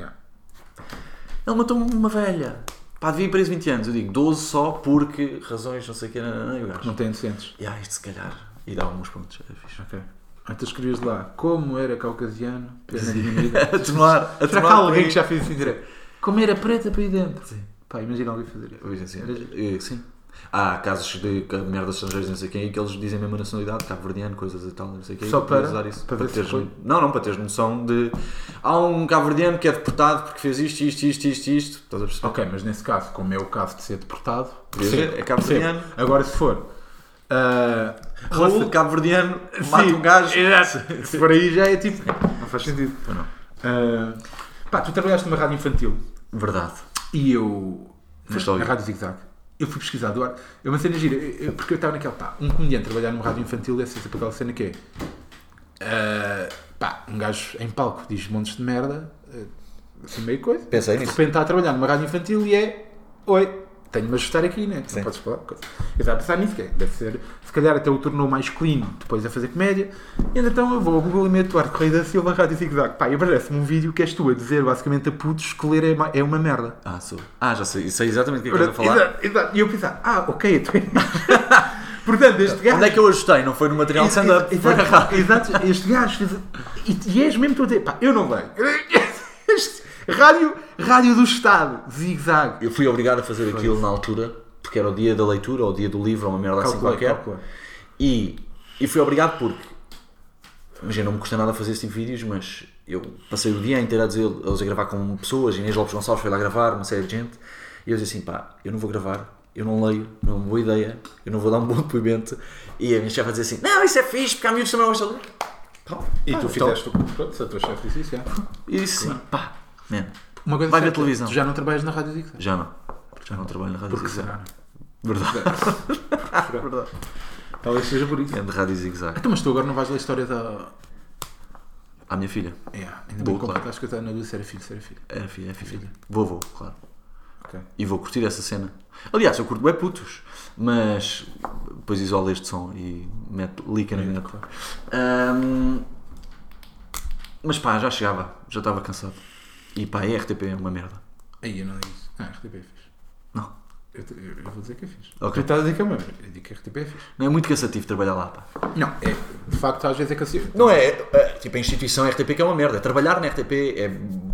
Ele matou-me uma velha. Pá, devia ir preso 20 anos. Eu digo 12 só porque razões, não sei o que, e o gajo. Não tem antecedentes. Isto se calhar. E dá alguns pontos. É fixe. Ok. Então escrevias lá, como era caucasiano, pena diminuída. Atenuar. Será que há alguém que já fez assim direto? Como era preta para ir dentro? Sim. Pá, imagina alguém fazer isso. Sim. Há casos de merdas estrangeiras, não sei quem, que eles dizem a mesma nacionalidade, cabo-verdiano, coisas e tal, não sei o quê. Só para usar isso. para ver se teres, foi. não, para teres noção de... Há um cabo-verdiano que é deportado porque fez isto. Estás a perceber? Ok, mas nesse caso, como é o caso de ser deportado, É cabo-verdiano. Agora se for... Raul, cabo-verdiano, mata um gajo. Exato. Se for aí já é tipo... Não faz sentido. Não. Pá, tu trabalhaste numa rádio infantil. Verdade. E eu... Foste na ouvir. Rádio Zig Zag. Eu fui pesquisar do ar. É uma cena gira. Porque eu estava naquela... Pá, um comediante trabalhar numa rádio infantil é sempre aquela cena que é... pá, um gajo em palco diz montes de merda. Assim meio coisa. Pensei De nisso. repente está a trabalhar numa rádio infantil e é... Oi, tenho-me a ajustar aqui, né? Sim. Não podes falar coisa. Eu estava a pensar nisso, que é, deve ser... Se calhar até o tornou mais clean depois a fazer comédia. E ainda então eu vou ao Google e meto Duarte Correia da Silva Rádio Zig Zag. Pá, e aparece-me um vídeo que és tu a dizer basicamente a putos que ler é uma merda. Sou. Já sei. Sei exatamente o que é que estás a falar. Exato. E eu pensar, ok, então... Portanto, este gajo... Onde é que eu ajustei? Não foi no material stand-up. Foi na rádio. Exato, este gajo fez... E és mesmo tu a dizer, pá, eu não leio. Rádio do Estado, Zig Zag. Eu fui obrigado a fazer aquilo na altura, porque era o dia da leitura, ou o dia do livro, ou uma merda assim qualquer. E fui obrigado porque, imagina, não me custa nada fazer esse tipo de vídeos, mas eu passei o dia inteiro a dizer, eles a gravar com pessoas, Inês Lopes Gonçalves foi lá gravar, uma série de gente, e eu disse assim, pá, eu não vou gravar, eu não leio, não é uma boa ideia, eu não vou dar um bom depoimento, e a minha chefe a dizer assim, não, isso é fixe, porque há miúdos também gostam de ler. E tu fizeste, pronto, se a tua chefe disse isso, já. E disse sim, pá, man, Uma coisa vai ver certa, televisão. tu já não trabalhas na Rádio Zig Zag? Já não trabalho na Rádio Porque Zig será, Zag. não? Verdade. Talvez seja por isso. É de Rádio Zig Zag. Então, mas tu agora não vais ler a história da... À minha filha. Ainda Boa, bem que acho que eu estava na luz, era filho. É filha. Vou, claro. Ok. E vou curtir essa cena. Aliás, eu curto bem putos, mas depois isolo este som e meto lica na net. Claro. Mas pá, já chegava, já estava cansado. E pá, a RTP é uma merda. Aí eu não digo isso. RTP é fixe. Não. Eu vou dizer que é fixe. Ok. Tu estás a dizer que é uma merda. Eu digo que RTP é fixe. Não é muito cansativo trabalhar lá, pá. Não, de facto às vezes é cansativo. Não é, tipo a instituição RTP que é uma merda. Trabalhar na RTP é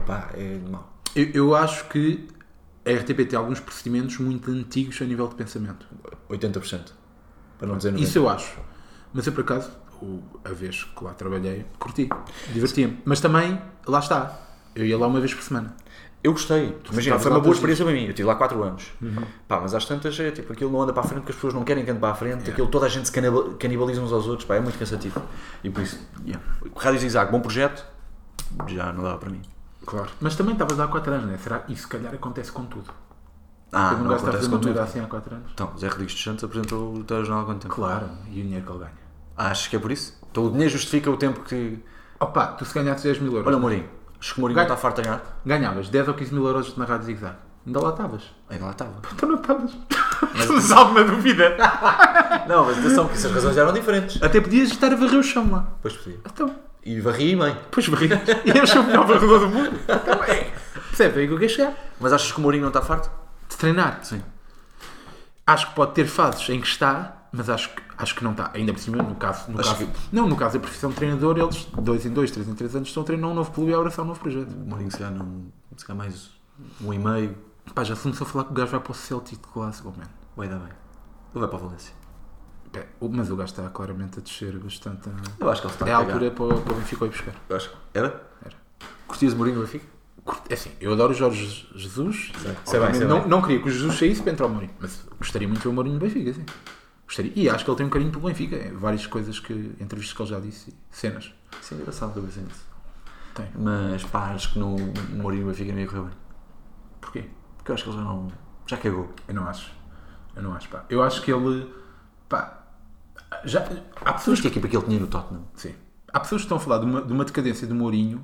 mau. Eu acho que a RTP tem alguns procedimentos muito antigos a nível de pensamento. 80%. Para não dizer 90%. Isso eu acho. Mas eu por acaso, a vez que lá trabalhei, curti. Divertia-me. Mas também, lá está. Eu ia lá uma vez por semana. Eu gostei. Imagina, estavas foi lá uma boa todos experiência para mim. Eu tive lá 4 anos. Pá, mas às tantas é tipo, aquilo não anda para a frente porque as pessoas não querem que ande para a frente. Aquilo toda a gente se canibaliza uns aos outros. Pá, é muito cansativo. E por isso, Rádio Zig Zag, bom projeto. Já não dava para mim. Claro. Mas também estavas lá há 4 anos, não é? Será? E se calhar acontece com tudo. Não Não gosto de acontece fazer com uma tudo. merda assim há 4 anos. Então, Zé Rodrigues dos Santos apresentou o telejornal há quanto tempo? Claro. E o dinheiro que ele ganha. Acho que é por isso. Então o dinheiro justifica o tempo que... Opa, tu se ganhasses 10 mil euros. Olha o Mourinho. Acho que o Mourinho não está farto a ganhar. Ganhavas 10 ou 15 mil euros na Rádio Zig Zag. Ainda lá estavas. Ainda lá estava. Então não estavas. Mas alguma dúvida. Não, mas atenção, que essas razões eram diferentes. Até podias estar a varrer o chão lá. Pois podia. Então, E varri bem. pois varrias. E és o melhor varredor do mundo. Então é. Percebe? É aí que eu quero chegar. Mas achas que o Mourinho não está farto? De treinar. Sim. Acho que pode ter fases em que está, mas acho que não está. Ainda por cima, no caso da profissão de treinador, eles 2 em 2, 3 em 3 anos estão a treinar um novo clube e a abraçar um novo projeto. O Mourinho se calhar mais 1 e meio. Pá, já se começou a falar que o gajo vai para o Celtic de Glasgow, man. Vai dar bem. Ele vai para a Valência. Mas o gajo está claramente a descer bastante. Eu acho que ele está É a a cagar. altura para o Benfica ir buscar. Eu acho. Era? Era. Curtias o Mourinho no Benfica? É assim, eu adoro o Jorge Jesus. Sei bem. Não queria que o Jesus saísse para entrar o Mourinho, mas gostaria muito de ver o Mourinho no Benfica, sim. Gostaria. E acho que ele tem um carinho pelo Benfica. Várias coisas, entrevistas que ele já disse, cenas. Isso é engraçado, eu pensei nisso. Tem. Mas pá, acho que no Mourinho vai ficar meio correr bem. Porquê? Porque eu acho que ele já cagou. Eu não acho, pá. Eu acho que ele, pá, já, há pessoas Viste a equipa que ele tinha no Tottenham? sim. Há pessoas que estão a falar de uma decadência do Mourinho.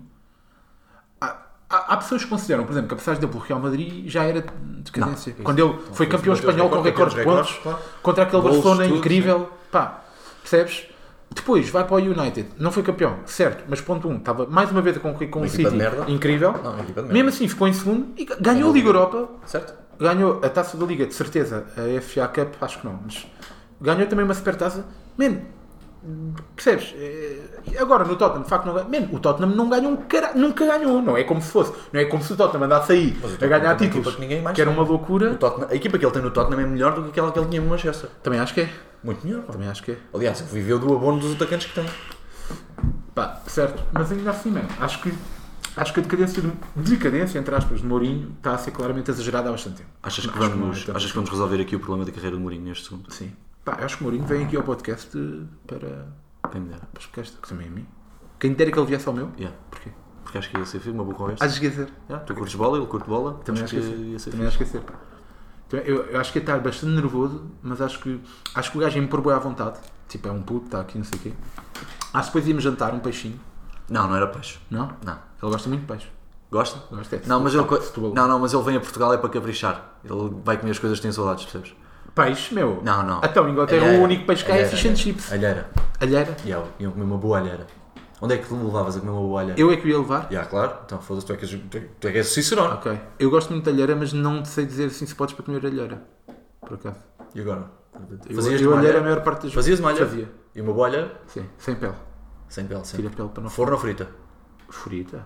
Há pessoas que consideram, por exemplo, que a passagem dele pelo Real Madrid já era decadência. Não, quando ele foi campeão espanhol com recorde de pontos, claro. contra aquele Golos, Barcelona tudo, incrível, pá, percebes? Depois vai para o United, não foi campeão, certo, mas ponto 1, estava mais uma vez a concorrer com um equipa City de merda. incrível. Não, uma equipa de merda. Mesmo assim ficou em segundo e ganhou a Liga Europa, Certo? ganhou a Taça da Liga, de certeza, a FA Cup, acho que não, mas ganhou também uma Supertaça. Man, percebes? Agora no Tottenham, de facto, não ganha. Man, o Tottenham não ganha nunca ganhou, não é como se fosse, não é como se o Tottenham andasse aí a ganhar títulos, que era uma loucura. A equipa que ele tem no Tottenham é melhor do que aquela que ele tinha no Manchester. Também acho que é. Muito melhor. Pá. Também acho que é. Aliás, ele viveu do abono dos atacantes que tem. Pá, certo, mas ainda assim, man, acho que a decadência, entre aspas, de Mourinho está a ser claramente exagerada há bastante tempo. Achas que Acho não vamos resolver aqui o problema da carreira de Mourinho neste segundo? Sim. Pá, acho que o Mourinho vem aqui ao podcast para Quem me dera. explicar esta que também é a mim. Quem dera que ele viesse ao meu? Yeah. Porquê? Porque acho que ia ser uma boa conversa. Achas que ia ser? Tu curtes bola, ele curte bola. Também acho que ia ser Também acho que ia ser. Então, eu acho que ia estar bastante nervoso, mas acho que o gajo ia me pôr bem à vontade. Tipo, é um puto, está aqui, não sei o quê. Acho que depois íamos jantar um peixinho. Não era peixe. Não? Não. Ele gosta muito de peixe. Gosta? Gosta, é. Não, mas ele, Setúbal. mas ele vem a Portugal é para caprichar. Ele vai comer as coisas que tem saudades, percebes? Peixe, meu? Não. Então, em Inglaterra, Alheira. o único peixe que há é Alheira, fish and chips. Alheira. Alheira? Iam comer uma boa alheira. Onde é que tu me levavas a comer uma boa alheira? Eu é que o ia levar? Claro. Então, foda-se, tu é que és cicerone. Ok. Eu gosto muito de alheira, mas não sei dizer assim se podes para comer alheira. Por acaso. E agora? Eu alheira a maior parte das vezes. Fazias uma alheira? Fazia. E uma boa alheira? Sim, sem pele. Sem pele, sim. Tira a pele para não... Forno ou frita? Frita.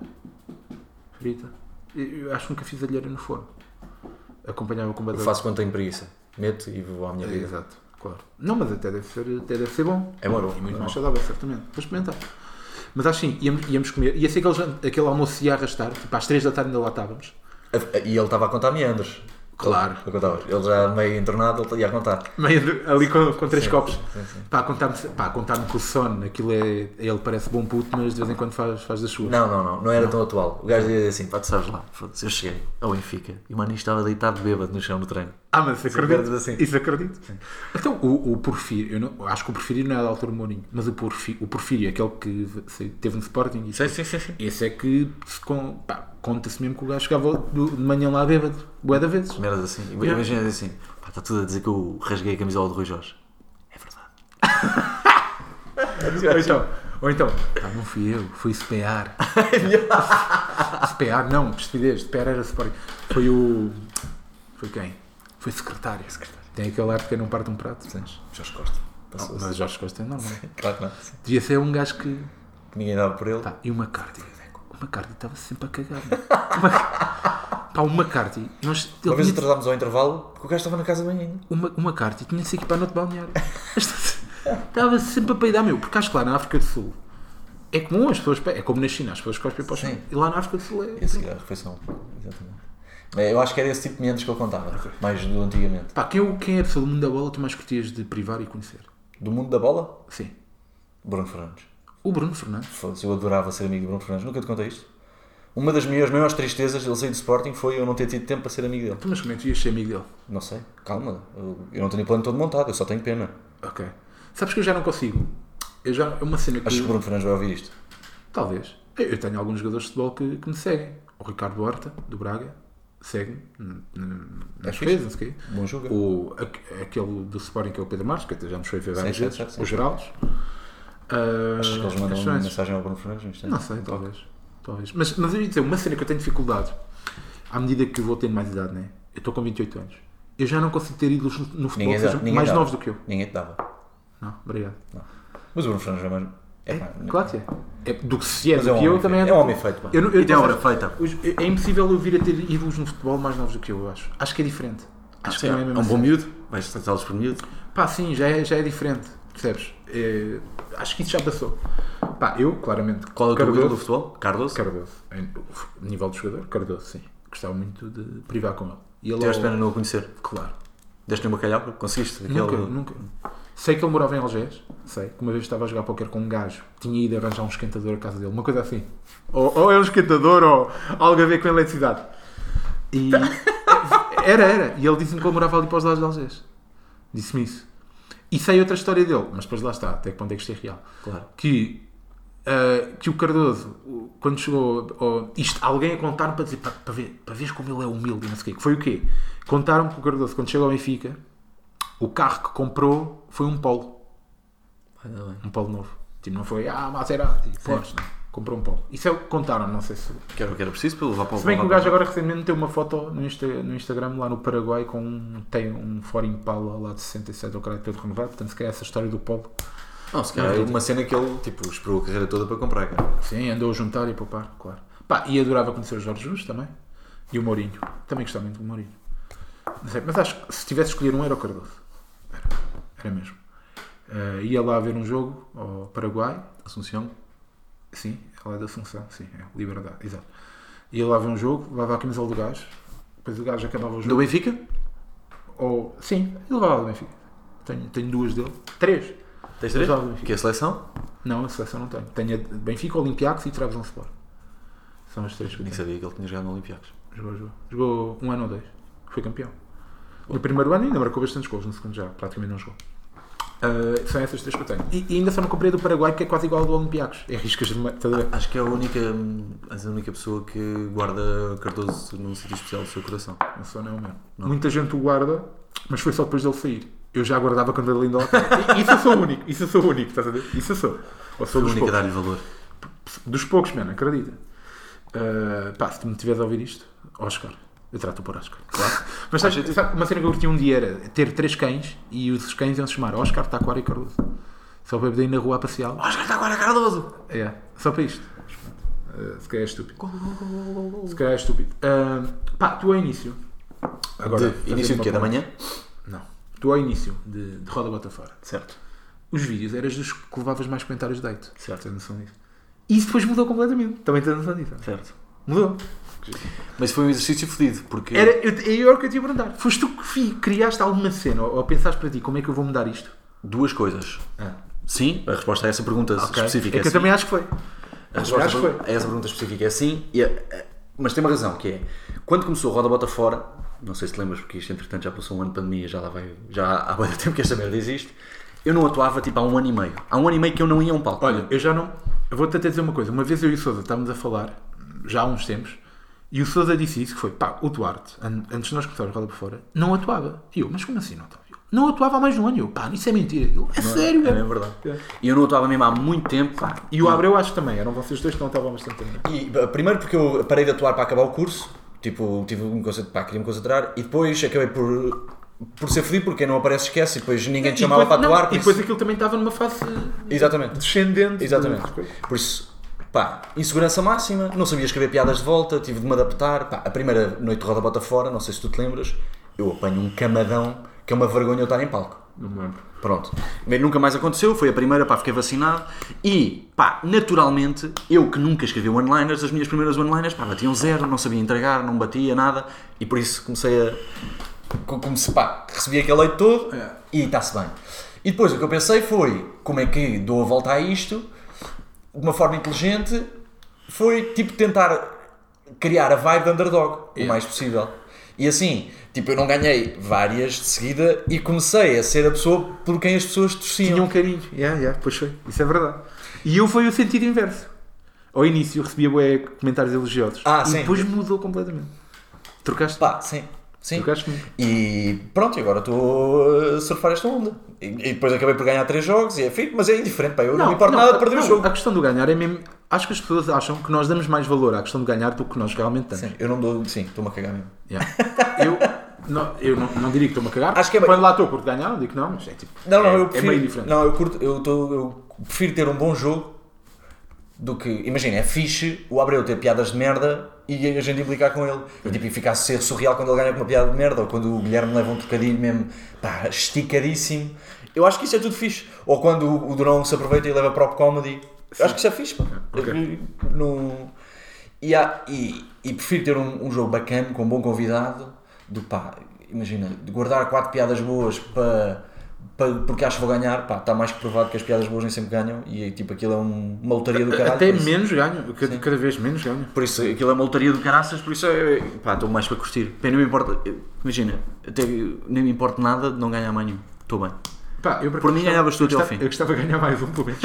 Eu acho que nunca fiz alheira no forno. Acompanhava com Eu batata. faço quando tenho preguiça. Meto e vou à minha vida. Exato, claro. Não, mas até deve ser bom. É bom. E muito mais saudável, certamente. Vou experimentar. Mas acho que sim, íamos comer. Ia ser aquele almoço que ia arrastar. Tipo, às 3 da tarde ainda lá estávamos. E ele estava a contar meandros. Claro. Ele já meio entornado, ele ia a contar. Meio ali com 3 copos. Sim. Pá, a contar-me com o sono. Aquilo é... Ele parece bom puto, mas de vez em quando faz das suas. Não era tão atual. O gajo ia dizer assim, pá, tu sabes lá, foda-se, eu cheguei ao Benfica e o Mano estava deitado bêbado no chão do treino. Mas acredito. Assim. Isso acredito. Sim. Então, o Porfírio, eu acho que o Porfírio não é da altura do Mourinho, mas o Porfírio, aquele que teve no Sporting, Sim. esse é que conta-se mesmo que o gajo chegava de manhã lá bêbado, bué da vezes. Merdas assim. Imagina assim, pá, está tudo a dizer que eu rasguei a camisola do Rui Jorge. É verdade. Ou então, não fui eu, fui SPAR. SPAR, não, estupidez, SPAR era Sporting. Foi quem? Foi secretário. Tem aquele ar que não parte um prato. Jorge Costa. Mas Jorge Costa é normal. Claro que não. Devia ser um gajo que... Ninguém dava por ele. E o McCarthy. O McCarthy estava sempre a cagar. O McCarthy... Uma vez atrasámos ao intervalo porque o gajo estava na casa bem ainda. O McCarthy tinha-se equipado no outro balneário. Estava sempre a peidar, porque acho que lá na África do Sul é comum as pessoas... É como na China, as pessoas cospem para o chão. E lá na África do Sul é... Esse era a refeição. Exatamente. Eu acho que era esse tipo de meandros que ele contava. Mais do antigamente. Quem é a pessoa do mundo da bola que tu mais curtias de privar e conhecer? Do mundo da bola? Sim. Bruno Fernandes. O Bruno Fernandes? Foda-se, eu adorava ser amigo de Bruno Fernandes. Nunca te contei isto? Uma das minhas maiores tristezas ele sair do Sporting foi eu não ter tido tempo para ser amigo dele. Mas como é que tu ias ser amigo dele? Não sei, calma. Eu não tenho o plano todo montado, eu só tenho pena. Ok. Sabes que eu já não consigo. É uma cena que... Acho que o Bruno Fernandes vai ouvir isto. Talvez. Eu tenho alguns jogadores de futebol que me seguem. O Ricardo Horta, do Braga, segue-me nas coisas, não sei o quê. Bom jogo. Aquele do Sporting que é o Pedro Marques, que até já nos foi ver várias vezes. Sim. Os Geraldos. Achas que eles mandam uma mensagem ao Bruno Fernandes? Não sei, talvez. Mas eu ia dizer, uma cena que eu tenho dificuldade, à medida que vou tendo mais idade, né? Eu estou com 28 anos. Eu já não consigo ter ídolos no futebol que sejam mais novos do que eu. Ninguém te dava. Não, obrigado. Não. Mas o Bruno Fernandes é mais... Claro que é. Do que se é Mas do que eu também é. É um homem feito, pá. E tem obra feita. É impossível eu vir a ter ídolos no futebol mais novos do que eu acho. Acho que é diferente. Acho que não é mesmo um bom assim. miúdo. Vais tratá-los por miúdo. Pá, sim, já é diferente. Percebes? Acho que isso já passou. Pá, eu, claramente. Qual é o teu ídolo do futebol? Cardoso? Nível de jogador, Cardoso, sim. Gostava muito de privar com ele. Tiveste pena não o conhecer? Claro. Deste-lhe uma calhapa? Conseguiste? Nunca. Sei que ele morava em Algés. sei, que uma vez estava a jogar póquer com um gajo, tinha ido arranjar um esquentador à casa dele, uma coisa assim. Ou é um esquentador ou algo a ver com a eletricidade. E era. E ele disse-me que ele morava ali para os lados de Algés. Disse-me isso. E sei outra história dele, mas depois lá está, até que ponto é que isto é real. Claro. Que o Cardoso, quando chegou, alguém a contar-me para dizer, para ver como ele é humilde, não sei o quê. Que foi o quê? Contaram-me que o Cardoso, quando chegou ao Benfica, o carro que comprou foi um Polo. Um Polo novo. Tipo, não foi, Maserati, Porsche, não. Comprou um Polo. Isso é o que contaram, não sei se... Que era o que era preciso para levar para o... Se bem que o gajo agora recentemente tem uma foto no Instagram lá no Paraguai tem um Ford Impala lá de 67 ao crédito para renovar, portanto se calhar essa história do Polo. Não, se calhar é uma cena que ele tipo, esperou a carreira toda para comprar, cara. Sim, andou a juntar e a poupar, claro. Pá, e adorava conhecer o Jorge Jesus também. E o Mourinho. Também gostava muito do Mourinho. Não sei, mas acho que se tivesse escolher um era o Cardoso. Era mesmo. Ia lá ver um jogo ao Paraguai. Assunção. Sim, ela é da Assunção, sim, é Liberdade, exato. Ia lá ver um jogo, levava a camisola do gajo, depois o gajo acabava o jogo. Do Benfica? Sim, ele levava do Benfica. Tenho duas dele. 3. Tens 3? Que é a seleção? Não, a seleção não tenho. Tenho a Benfica, Olympiacos e Trabzonspor. São as 3 que eu Nem tenho. sabia que ele tinha jogado no Olympiacos. Jogou 1 ano ou 2. Foi campeão. No primeiro ano ainda marcou bastantes gols, no segundo já praticamente não jogou. São essas 3 que eu tenho. E ainda só não comprei do Paraguai, que é quase igual ao do Olympiacos. É riscas de... Acho que é a única pessoa que guarda Cardoso num sítio especial do seu coração. Não sou não, mesmo. Muita gente o guarda, mas foi só depois dele sair. Eu já guardava quando ele ainda lá estava. Isso eu sou o único, estás a ver? Isso eu sou. Ou sou a dos única poucos. a dar-lhe valor. Dos poucos, mano, acredita. Se tu me estiveres a ouvir isto, Oscar. Eu trato por Oscar, claro. Mas sabe, uma cena que eu curti um dia era ter 3 cães e os cães iam se chamar Oscar, Taquara e Cardoso. Só para poder ir na rua a passeá-lo. Oscar, Taquara, Cardoso! Só para isto. Se calhar é estúpido. Tu ao início. Agora, início de quê? Da manhã? Não. Tu ao início de Roda Bota Fora. Certo. Os vídeos eras dos que levavas mais comentários de date. Certo. Tens noção disso? E isso depois mudou completamente. Também tens noção disso? Certo. Mudou. Mas foi um exercício fodido, porque... Era o que eu te ia perguntar. Foste tu que criaste alguma cena ou pensaste para ti como é que eu vou mudar isto? 2 coisas. Sim, a resposta a essa pergunta específica é que eu também acho que foi. A resposta a essa pergunta específica é sim, mas tem uma razão, que é, quando começou a Roda Bota Fora, não sei se te lembras, porque isto entretanto já passou um ano de pandemia, já há muito tempo que esta merda existe, eu não atuava tipo há 1 ano e meio. Há 1 ano e meio que eu não ia a um palco. Olha, eu vou-te até dizer uma coisa. Uma vez eu e o Sousa estávamos a falar, já há uns tempos, e o Sousa disse isso, que foi, o Duarte, antes de nós começarmos a Roda por Fora, não atuava. E eu, mas como assim não atuava? Não atuava há mais de um ano. E eu, isso é mentira. Sério, é verdade. E eu não atuava mesmo há muito tempo. E o Abreu acho que também, eram vocês dois que não atuavam há bastante tempo. Primeiro porque eu parei de atuar para acabar o curso, tipo, tive um conceito, queria me concentrar, e depois acabei por ser fodido, porque não aparece esquece, e depois ninguém te chamava para atuar. E depois aquilo também estava numa fase descendente. Exatamente. Por isso, insegurança máxima, não sabia escrever piadas de volta, tive de me adaptar. A primeira noite de Roda Bota Fora, não sei se tu te lembras, eu apanho um camadão que é uma vergonha eu estar em palco. Não me lembro. Pronto. Nunca mais aconteceu, foi a primeira, fiquei vacinado e, naturalmente, eu que nunca escrevi one-liners, as minhas primeiras one-liners, batiam 0, não sabia entregar, não batia nada e por isso recebi aquele leite todo e está-se bem. E depois o que eu pensei foi, como é que dou a volta a isto, de uma forma inteligente, foi tipo tentar criar a vibe de underdog, o mais possível. E assim, eu não ganhei várias de seguida e comecei a ser a pessoa por quem as pessoas torciam. Tinham um carinho. Pois foi. Isso é verdade. E eu foi o sentido inverso. Ao início recebia comentários elogiosos. E depois mudou completamente. Trocaste? Sim. Trocaste muito. E pronto, e agora estou a surfar esta onda. E depois acabei por ganhar 3 jogos e é fixe, mas é indiferente. Eu não me importo nada de perder o jogo. A questão do ganhar é mesmo... Acho que as pessoas acham que nós damos mais valor à questão de ganhar do que nós realmente damos. Sim, eu não dou... Sim, estou-me a cagar mesmo. Eu não diria que estou-me a cagar. Acho que é quando lá estou por ganhar, não digo que não, mas é tipo... eu prefiro, é meio diferente. Não, eu prefiro ter um bom jogo do que... Imagina, é fixe o Abreu ter piadas de merda e a gente implicar com ele. E ficar a ser surreal quando ele ganha com uma piada de merda ou quando o Guilherme leva um trocadilho mesmo esticadíssimo. Eu acho que isso é tudo fixe. Ou quando o Durão se aproveita e leva prop comedy. Eu acho que isso é fixe, E prefiro ter um jogo bacana, com um bom convidado, imagina, de guardar 4 piadas boas para porque acho que vou ganhar, pá, está mais que provado que as piadas boas nem sempre ganham e tipo, aquilo é uma lotaria do caralho. Até por isso- menos ganho, cada vez menos ganho. Por isso, aquilo é uma lotaria do caraças, por isso pá, estou mais para curtir. Bem, não me importa, imagina, até nem me importa nada de não ganhar mais nenhum, estou bem. Pá, eu Por mim ganhavas tu até ao fim. Eu gostava de ganhar mais um, pelo menos.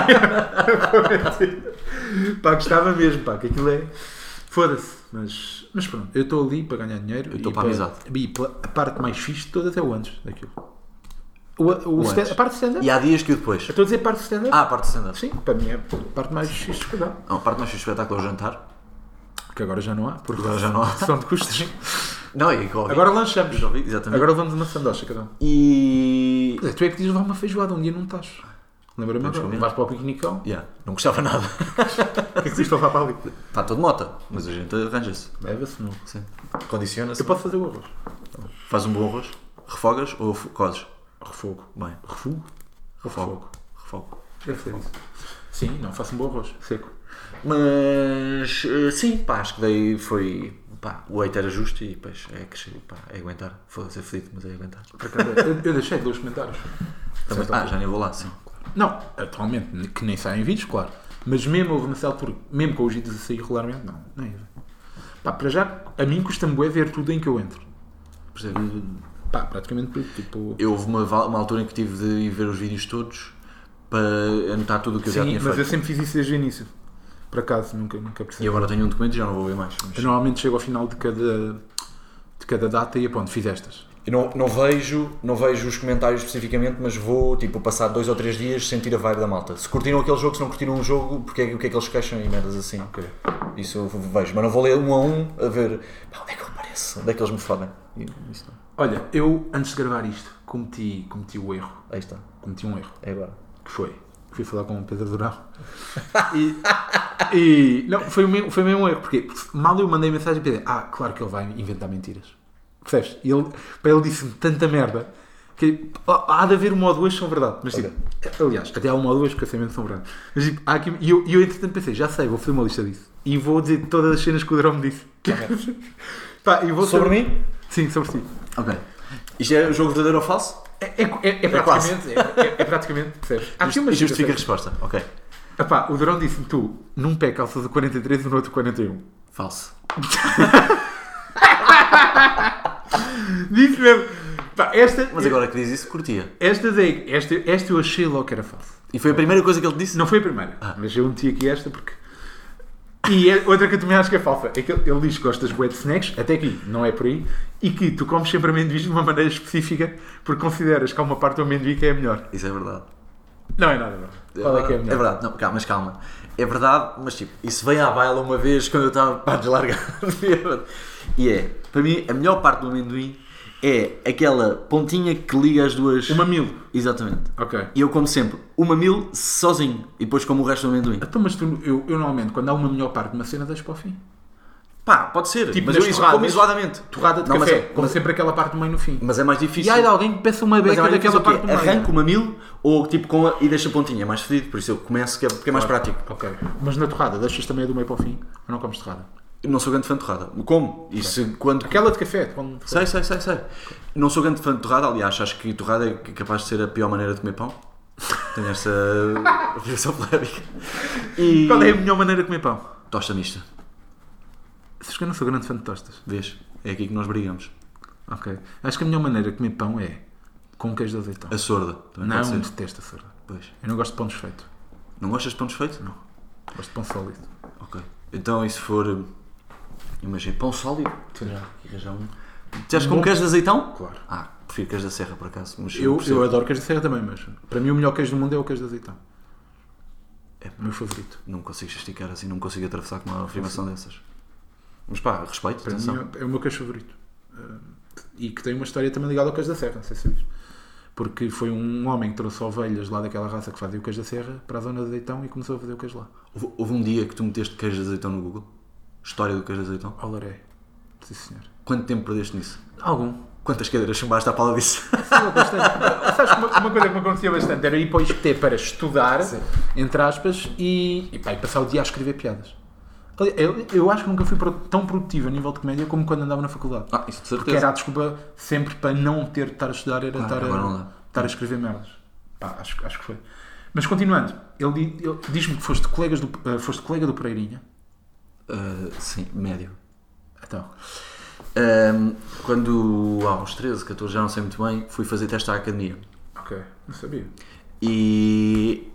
Pá, gostava mesmo, pá, que aquilo é... Foda-se, mas pronto, eu estou ali para ganhar dinheiro. Eu estou e para a amizade. E a parte mais fixe de todas é o antes daquilo. antes. A parte de stand-up? E há dias que o depois. Eu estou a dizer parte de stand-up? Ah, a parte de stand-up. Sim, para mim é a parte mais fixe de espetáculo. Não, a parte mais fixe do espetáculo é o jantar. Que agora já não há, porque Agora já não há. são de custos. Não, e Covid. Agora lanchamos. Covid, exatamente. Agora levamos uma sandocha cada um. E... Pois é, tu é que podias levar uma feijoada, um dia não estás. Lembra-me Vamos agora. combinar. Vais para o piquenicão. Yeah, não gostava nada. O que é que custa levar para ali? Está todo mota, mas a gente arranja-se. Leva-se, não. Sim. Condiciona-se. Eu posso fazer o arroz. Faz um bom arroz. Refogas ou cozes? Refogo. Bem. Refogo? Refogo. Refogo. Deve ser isso. Sim, não, faço um bom arroz. Seco. Mas sim, pá, acho que daí foi. Pá, o 8 era justo e depois é crescer, pá, é aguentar. Foda-se, é fedido, mas é aguentar. Eu deixei de ler os comentários. Também, já nem vou lá, sim. Não, atualmente, que nem saem vídeos, claro. Mas mesmo houve nessa altura, mesmo com os vídeos a sair regularmente, não. Nem. Pá, para já, a mim custa-me bué ver tudo em que eu entro. Percebe? Pá, praticamente tudo. Tipo... Eu houve uma altura em que tive de ir ver os vídeos todos para anotar tudo o que eu já Sim, tinha mas feito. eu sempre fiz isso desde o início. Por acaso, nunca percebi. E agora tenho um documento e já não vou ver mais. Mas... Eu normalmente chego ao final de cada data e pronto, fiz estas. Eu não vejo os comentários especificamente, mas vou, tipo, passar 2 ou 3 dias sentir a vibe da malta. Se curtiram aquele jogo, se não curtiram um jogo, o que é que eles queixam e merdas assim. Ok. Isso eu vejo, mas não vou ler um a um a ver pá, onde é que eu apareço, onde é que eles me fodem. Isso não. Olha, eu, antes de gravar isto, cometi o erro. Aí está, Cometi um erro. é agora. Que foi? Fui falar com o Pedro Durão. e não, foi mesmo um erro. Porque mal eu mandei mensagem para ele, claro que ele vai inventar mentiras. Percebes? E ele disse-me tanta merda que há de haver uma ou duas que são verdade. Mas tipo, aliás, até há uma ou duas que eu sei mesmo que são verdade. Mas tipo, há aqui, e eu entretanto pensei, já sei, vou fazer uma lista disso. E vou dizer todas as cenas que o Durão me disse. Pá, e vou Sobre mim? Sim, sobre ti. Ok. Isto é o jogo verdadeiro ou falso? É praticamente, percebes? Há aqui uma Justifica a situação. resposta, ok. Epá, o Durão disse-me tu, num pé calças o 43 e no outro 41. Falso. Disse mesmo. Pá, Mas agora que diz isso, curtia. Esta eu achei logo que era falso. E foi a primeira coisa que ele te disse? Não foi a primeira, mas eu meti aqui esta porque... E outra que eu também acho que é falsa é que ele diz que gostas bué de snacks, até aqui, não é por aí, e que tu comes sempre amendoins de uma maneira específica porque consideras que há uma parte do amendoim que é a melhor. Isso é verdade. Não é nada, não. Qual é que é a melhor? É verdade, não, calma, mas calma. É verdade, mas tipo, isso veio à baila uma vez quando eu estava para deslargar. E é, para mim, a melhor parte do amendoim é aquela pontinha que liga as duas. O mamilo. Exatamente. Ok. E eu como sempre o mamilo sozinho e depois como o resto do amendoim. Então, mas eu normalmente, quando há uma melhor parte de uma cena, deixo para o fim. Pá, pode ser, Tipo, mas nas eu isso torradas, como isoladamente. Torrada de Não, café, mas como sempre aquela parte do meio no fim. Mas é mais E difícil. há de alguém que peça uma Mas é beca mais daquela difícil o parte quê? do meio. Arranco o mamilo ou tipo e deixo a pontinha, é mais fedido, por isso eu começo porque é mais prático. Ok. Mas na torrada, deixas também a do meio para o fim ou não comes torrada? Eu não sou grande fã de torrada. Como? E se quando. Aquela de café. Quando... Sei. Não sou grande fã de torrada, aliás, acho que torrada é capaz de ser a pior maneira de comer pão. Tenho esta reação polémica. E... Qual é a melhor maneira de comer pão? Tosta mista. Sabes que eu não sou grande fã de tostas. Vês? É aqui que nós brigamos. Ok. Acho que a melhor maneira de comer pão é com queijo de azeitão. A sorda. Também Não, pode ser. detesto a sorda. Pois. Eu não gosto de pão desfeito. Não gostas de pão desfeito? Não. Gosto de pão sólido. Ok. Então e se for. Imagina, pão sólido? Já um. Tens com Bom. queijo de azeitão? Claro. Prefiro queijo da serra por acaso. Mas Eu percebo. adoro queijo de serra também, mas para mim o melhor queijo do mundo é o queijo de azeitão. É o meu favorito. Não consigo esticar assim, não consigo atravessar com uma afirmação dessas. Mas pá, respeito, Para atenção. mim é o meu queijo favorito. E que tem uma história também ligada ao queijo da serra, não sei se sabias. Porque foi um homem que trouxe ovelhas lá daquela raça que fazia o queijo da serra para a zona de azeitão e começou a fazer o queijo lá. Houve um dia que tu meteste queijo de azeitão no Google? História do queijo de azeitão? Olaré. Sim, senhor. Quanto tempo perdeste nisso? Algum. Quantas cadeiras chumbaste à pala disso? Sabes que uma coisa que me acontecia bastante era ir para o ISCTE para estudar, entre aspas, e passar o dia a escrever piadas. Eu acho que nunca fui tão produtivo a nível de comédia como quando andava na faculdade. Isso de Porque certeza. era a desculpa sempre para não ter de estar a estudar, era Agora não dá. estar a escrever merdas. Pá, acho que foi. Mas continuando, ele diz-me que foste colega do Pereirinha. Sim, médio. Então, Quando há uns 13, 14, já não sei muito bem, fui fazer teste à academia. ok, não sabia. E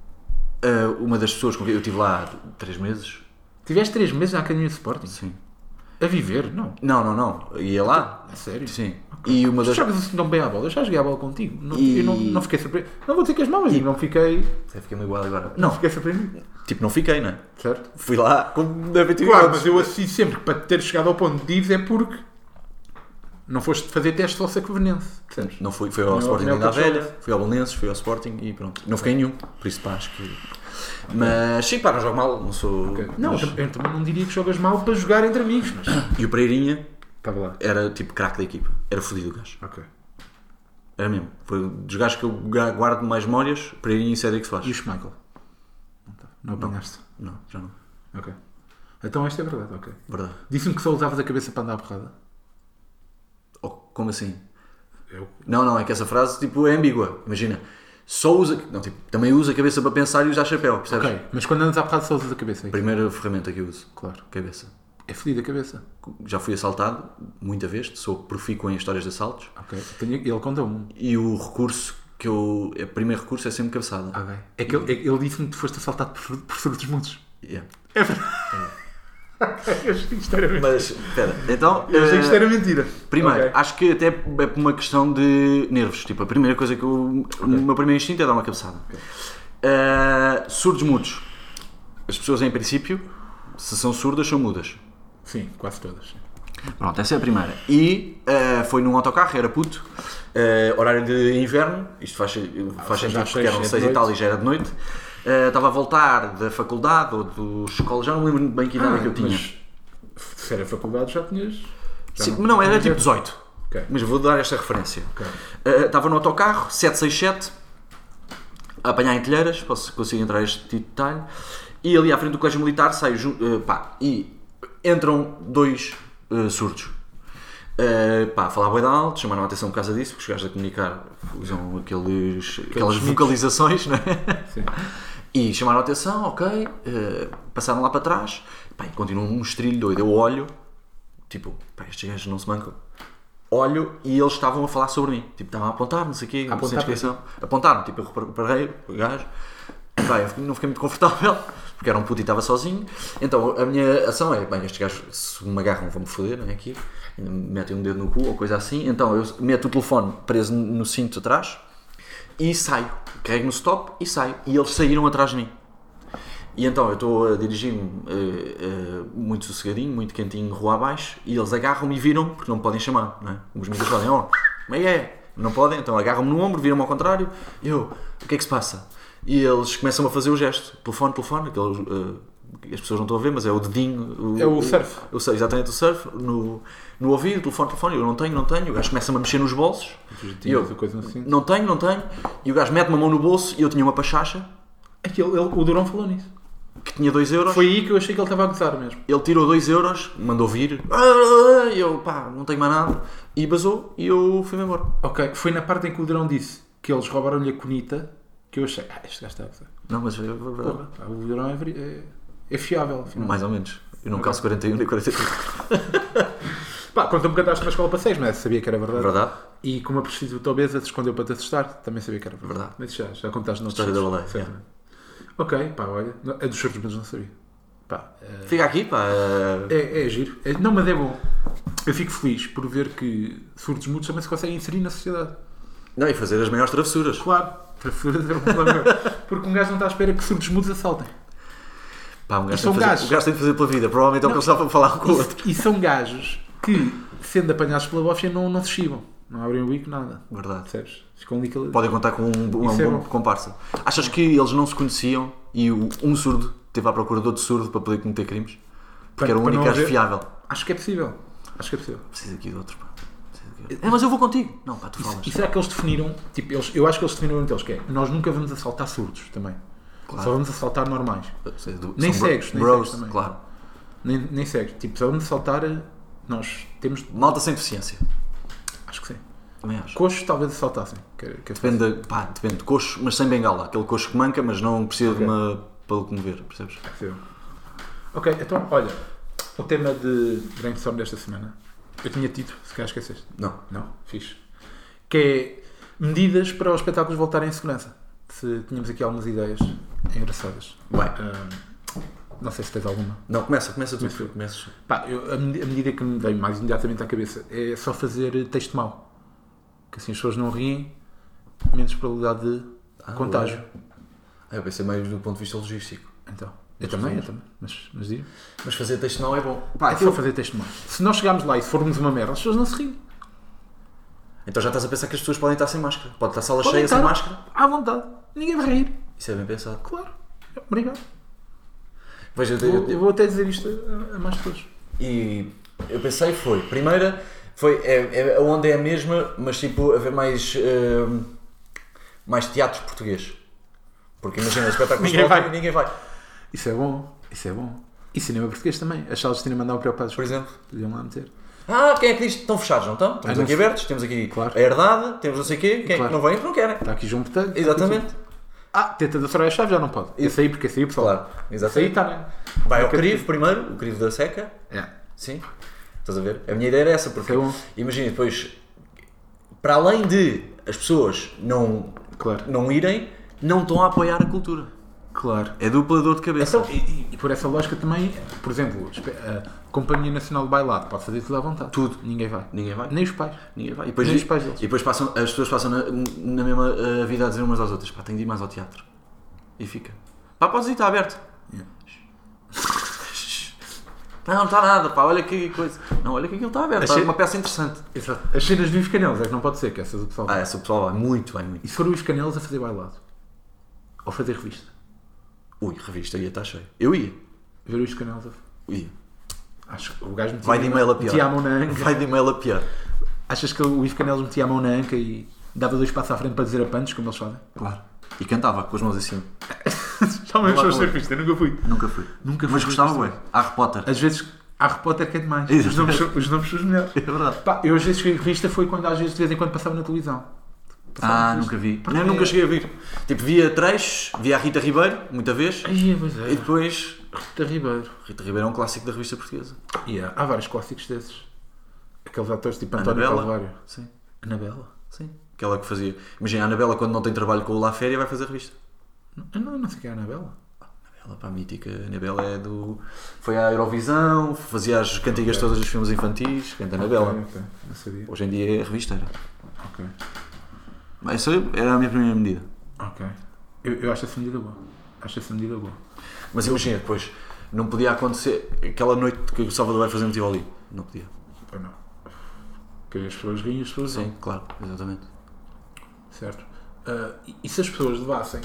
uma das pessoas com quem eu estive lá 3 meses. Tiveste 3 meses na Academia de Sporting? Sim. A viver? Não. Não. Ia lá. A sério? Sim. E uma Tu das. jogas assim tão bem à bola? Eu já joguei à bola contigo. Não, E- eu não fiquei surpreendido. Não vou dizer que és mau, mas não fiquei... Fiquei meio igual agora. Não fiquei surpreendido. Tipo, não fiquei, né? Certo? Fui lá como devem ter Claro, ido. mas eu associo sempre que para ter chegado ao ponto de dizes é porque não foste fazer teste ao Sacovenense. Percebes? Não fui ao Não, Sporting não é da o que eu Velha, fui ao Belenenses, fui ao Sporting e pronto. Não fiquei em nenhum, por isso pá, acho que. Mas sim, pá, não jogo mal, não sou. Ok. Não, mas- eu também não diria que jogas mal para jogar entre amigos, mas... E o Pereirinha Estava lá. era tipo craque da equipa, era fodido o gajo. Ok. Era mesmo. Foi um dos gajos que eu guardo mais memórias, Pereirinha e Cédric E o Soares. Schmeichel? Não apanhaste? Não, já não. Ok. Então esta é verdade, ok. Verdade. Disse-me que só usavas a cabeça para andar à porrada. Oh, como assim? Eu... Não, é que essa frase tipo é ambígua. Imagina, só usa. Não, tipo, também usa a cabeça para pensar e usar chapéu, percebes? Ok, mas quando andas à porrada só usas a cabeça. É isso? Primeira ferramenta que eu uso. Claro. Cabeça. É fodida a cabeça. Já fui assaltado muita vez, sou profícuo em histórias de assaltos. Ok. Ele conta um. E o recurso que o primeiro recurso é sempre cabeçada. Ok. É que ele disse-me que tu foste assaltado por surdos mudos. Yeah. É verdade. Eu achei que isto era mentira. Mas, espera, então. Eu achei que isto era mentira. Primeiro, Ok. acho que até é por uma questão de nervos. Tipo, a primeira coisa que o meu primeiro instinto é dar uma cabeçada. Surdos mudos. As pessoas, em princípio, se são surdas, são mudas. Sim, quase todas. Sim. Pronto, essa é a primeira. E foi num autocarro, era puto, horário de inverno, isto faz sentido já porque eram 6 6 de e tal noite. e já era de noite. Estava a voltar da faculdade ou do escola, já não me lembro bem que idade é que eu tinha. Mas se era faculdade já tinhas... já Sim, não, era tipo 18. Ok. Mas vou dar esta referência. Ok. Estava no autocarro, 767, a apanhar em telheiras, consigo entrar este tipo de detalhe, e ali à frente do colégio militar saio, e entram 2 surdos. Falar bué de alto, chamaram a atenção por causa disso, porque os gajos a comunicar usam aquelas mitos. vocalizações, não é? Sim. E chamaram a atenção, ok, passaram lá para trás, e continuam um estrilho doido. Eu olho, tipo, estes gajos não se mancam. Olho e eles estavam a falar sobre mim, tipo, estavam a apontar, não sei o quê, A apontar sem descrição. Apontaram, tipo, eu reparei o gajo, eu não fiquei muito confortável, porque era um puto e estava sozinho. Então a minha ação é, estes gajos, se me agarram, vão-me foder, não é aqui, metem um dedo no cu ou coisa assim. Então eu meto o telefone preso no cinto atrás e saio, carrego no stop e saio. E eles saíram atrás de mim. E então eu estou a dirigir-me muito sossegadinho, muito quentinho, rua abaixo, e eles agarram-me e viram, porque não me podem chamar, não é? Os militares podem, como é? Não podem, então agarram-me no ombro, viram-me ao contrário, e eu, o que é que se passa? E eles começam a fazer o gesto, telefone, aqueles, as pessoas não estão a ver, mas é o dedinho. É o surf. Eu sei, exatamente o surf, no ouvido, telefone, eu não tenho, o gajo começa-me a mexer nos bolsos, e eu, coisa assim. não tenho, e o gajo mete uma mão no bolso, e eu tinha uma pachacha, O Durão falou nisso. que tinha 2 euros. Foi aí que eu achei que ele estava a gozar mesmo. Ele tirou 2 euros, mandou vir, e eu, não tenho mais nada, e basou, e eu fui-me embora. Ok, foi na parte em que o Durão disse que eles roubaram-lhe a conita que eu achei, este gajo está a gozar. Não, mas foi verdade. Porra, o Durão é fiável, afinal. Mais ou menos. Eu não calço 41 nem 43. Quando tu me cantaste na escola para 6, mas sabia que era verdade. Verdade? E como a prostituta obesa se escondeu para te assustar, também sabia que era verdade. Verdade. Mas já contaste na História da baleia, Ok, olha, a dos surdos, mas não sabia. Fica aqui, É giro. Não, mas é bom. Eu fico feliz por ver que surdos mudos também se conseguem inserir na sociedade. Não, e fazer as maiores travessuras. Claro, travessuras é um problema. Porque um gajo não está à espera que surdos mudos assaltem. Um gajo são tem de fazer- gajos. o gajo tem de fazer pela vida. Provavelmente é o que ele estava a falar com o outro. E são gajos que, sendo apanhados pela bófia, não se chibam. Não abrem o bico, nada. Verdade. Percebes? Ficam ali calados. Podem contar com um Isso é bom bom. comparsa. Achas que eles não se conheciam e um surdo esteve à procura de outro surdo para poder cometer crimes? Porque era o Para único não gajo haver- fiável. Acho que é possível. Acho que é possível. Preciso aqui de outro, pá. Mas eu vou contigo. Não, tu falas. E será que eles definiram, tipo, eu acho que eles definiram entre eles que é, nós nunca vamos assaltar surdos também. Claro. Só vamos assaltar normais. Nem São cegos, nem bros, cegos também. claro. Nem cegos. Tipo, só vamos assaltar, nós temos... Malta sem deficiência. Acho que sim. Também acho. Coxos talvez assaltassem. Depende de coxo, mas sem bengala. Aquele coxo que manca, mas não precisa de uma para locomover, percebes? Ok, então, olha, o tema de brainstorm desta semana, eu tinha tido, se calhar esqueceste. Não? Fixe. Que é medidas para os espetáculos voltarem em segurança. Se tínhamos aqui algumas ideias engraçadas. Vai. Não sei se tens alguma. Não, começa tu. Começas. Pá, a medida que me veio mais imediatamente à cabeça é só fazer texto mau. Que assim as pessoas não riem, menos probabilidade de contágio. Eu pensei mais do ponto de vista logístico. Então, eu também. Mas digo. Mas fazer texto mau é bom. É só fazer texto mau. Se nós chegarmos lá e se formos uma merda, as pessoas não se riem. Então já estás a pensar que as pessoas podem estar sem máscara. Pode estar sala cheia sem máscara. À vontade. Ninguém vai rir. Isso é bem pensado. Claro. Obrigado. Veja, Eu vou até dizer isto a mais pessoas. E eu pensei, primeira, a onda é a mesma, mas tipo, haver mais teatros português. Porque imagina, espetáculos ninguém vai. Isso é bom. E cinema português também. As salas de cinema andavam preocupadas. Por exemplo. Podiam lá meter. Quem é que diz que estão fechados, não estão? Temos aqui abertos, temos aqui a Herdade, temos não sei o quê. Quem é que não vem? Não querem. Está aqui João Botelho. Exatamente. Teta da Soraya Chaves já não pode. Esse aí, pessoal. Claro, exatamente. Esse aí está, né? Vai ao crivo primeiro, o crivo da seca. Sim. Estás a ver? A minha ideia era essa, porque imagina depois, para além de as pessoas não irem, não estão a apoiar a cultura. Claro. É dupla dor de cabeça. Então, e por essa lógica também, por exemplo, a Companhia Nacional de Bailado pode fazer tudo à vontade. Tudo. Ninguém vai. Nem os pais. Ninguém vai. E depois as pessoas passam na mesma vida a dizer umas às outras, tenho de ir mais ao teatro. E fica. Podes ir, está aberto. Não está nada, olha que coisa. Não, olha que aquilo está aberto, está uma peça interessante. Exato. As cenas do Ivo Canelos é que não pode ser, que essas o pessoal vai. Essa o pessoal vai muito. E se for o Ivo Canelos a fazer bailado? Ou fazer revista? Revista ia estar cheio. Eu ia. Ver o Ivo Canelos ia. Acho que o gajo metia, vai de e-mail a pior. Metia a mão na anca. Vai de e-mail a pior. Achas que o Ivo Canelos metia a mão na anca e dava 2 passos à frente para dizer a punch, como eles fazem? Claro. E cantava com as mãos assim. Já me achou ser revista, nunca fui. Mas gostava bem. Harry Potter. Às vezes Harry Potter que é demais. Os nomes são os melhores. É verdade. Eu às vezes fui revista foi quando às vezes de vez em quando passava na televisão. Nunca vi. Nunca cheguei a vir. Tipo, via trechos, via a Rita Ribeiro, muita vez. E depois... Rita Ribeiro. Rita Ribeiro é um clássico da revista portuguesa. Há vários clássicos desses. Aqueles atores tipo António Calvário. Sim. Anabela? Sim. Aquela que fazia... Imagina, a Anabela quando não tem trabalho com o La Féria vai fazer revista. Não sei quem é a Anabela. A mítica Anabela é do... Foi à Eurovisão, fazia as cantigas todas dos filmes infantis. Canta Anabela. Okay. Não sabia. Hoje em dia é revisteira. Ok. Essa era a minha primeira medida. Ok. Eu acho essa medida boa. Mas imagina, depois, não podia acontecer aquela noite que o Salvador vai fazer no Tivoli. Não podia. Não. Porque as pessoas riem e as pessoas Sim, claro, exatamente. Certo. E se as pessoas levassem...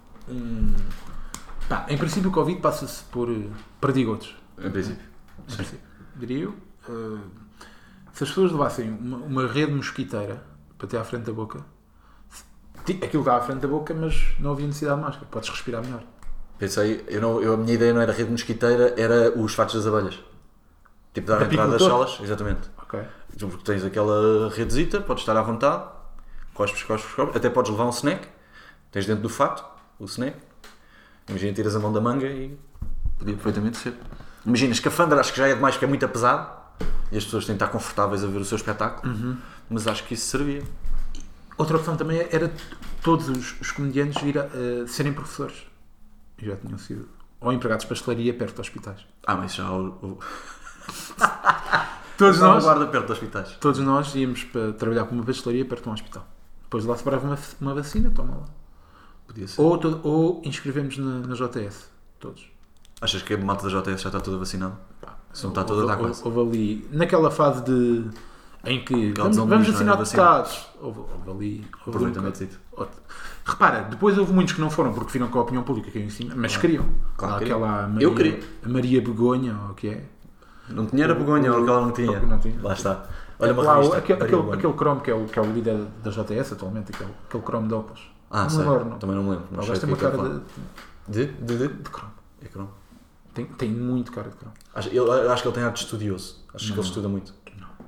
em princípio o Covid passa-se por perdigotos. Em princípio. Diria eu. Se as pessoas levassem uma rede mosquiteira para ter à frente da boca, aquilo está à frente da boca, mas não havia necessidade de máscara. Podes respirar melhor. Pensei, a minha ideia não era rede mosquiteira, era os fatos das abelhas. Tipo, dar a entrada das salas. Exatamente. Ok. Porque tens aquela redezita, podes estar à vontade, cospes, até podes levar um snack, tens dentro do fato, o snack. Imagina, tiras a mão da manga e podia perfeitamente ser. Imagina, escafandra acho que já é demais porque é muito pesado e as pessoas têm de estar confortáveis a ver o seu espetáculo, mas acho que isso servia. Outra opção também era todos os comediantes serem professores. Já tinham sido. Ou empregados de pastelaria perto de hospitais. Mas já todos nós guarda perto de hospitais. Todos nós íamos para trabalhar com uma pastelaria perto de um hospital. Depois lá sobrava uma vacina, toma lá. Podia ser. Ou inscrevemos na JS. Todos. Achas que a malta da JS já está toda vacinada? Se não está toda, está quase. Houve ali, naquela fase em que vamos vacinar deputados. Houve ali. Aproveitamento. Repara, depois houve muitos que não foram porque viram com a opinião pública caiu em cima, mas queriam. Claro, aquela eu queria. A Maria Begonha, ou o que é? Não tinha era Begonha, ou aquela não tinha. Lá está. Olha uma revista. Aquele cromo que é o líder da JS atualmente, aquele cromo de óculos. Também não me lembro. Mas tem uma cara de cromo. É cromo. Tem muito cara de cromo. Acho que ele tem ar de estudioso. Acho que ele estuda muito.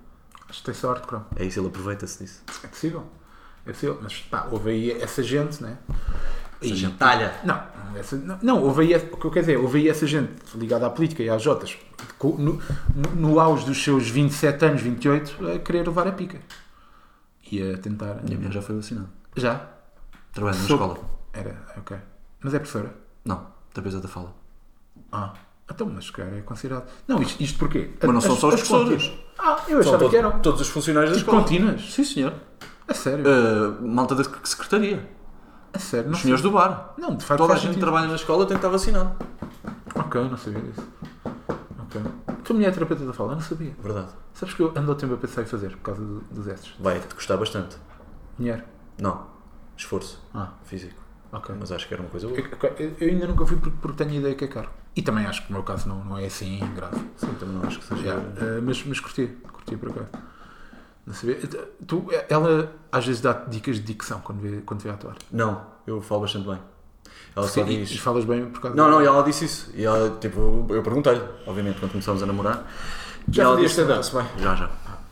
Acho que tem sorte, pronto. É isso, ele aproveita-se disso. É possível. É possível. Mas pá, houve aí essa gente, né? Essa gente talha. Não, houve aí, o que eu quero dizer, houve aí essa gente ligada à política e às Jotas, no auge dos seus 27 anos, 28, a querer levar a pica. E a tentar. A minha mulher já foi vacinada. Já? Trabalha na Sou- escola. Era, ok. Mas é professora? Não, terapeuta da fala. Então, mas cara, é considerado. Não, isto porquê? Mas não são só os professores. Eu achava que eram. Todos os funcionários da Tipo escola. contínuas. Sim, senhor. A sério. Malta da secretaria. A sério, não Os senhores sei. do bar. Não, de facto Toda a faz gente que sentido. trabalha na escola tem que estar vacinado. Ok, não sabia disso. Ok. Tu mulher é terapeuta da fala? Eu não sabia. Verdade. Sabes que eu ando ao tempo a pensar em fazer, por causa dos S's. Vai-te custar bastante. Dinheiro. Não. Esforço. Ah, Físico. ok. Mas acho que era uma coisa boa. Eu ainda nunca fui porque tenho ideia que é caro. E também acho que o meu caso não é assim grave. Sim, também não acho que seja. Já, mas curti por acaso. Não sabia. Ela às vezes dá dicas de dicção quando vê atuar. Não, eu falo bastante bem. Ela só E diz. falas bem por causa Não, e ela disse isso. E ela, tipo, eu perguntei-lhe, obviamente, quando começámos a namorar. Já E ela fazias disse, stand-up? "Está-se bem." Já.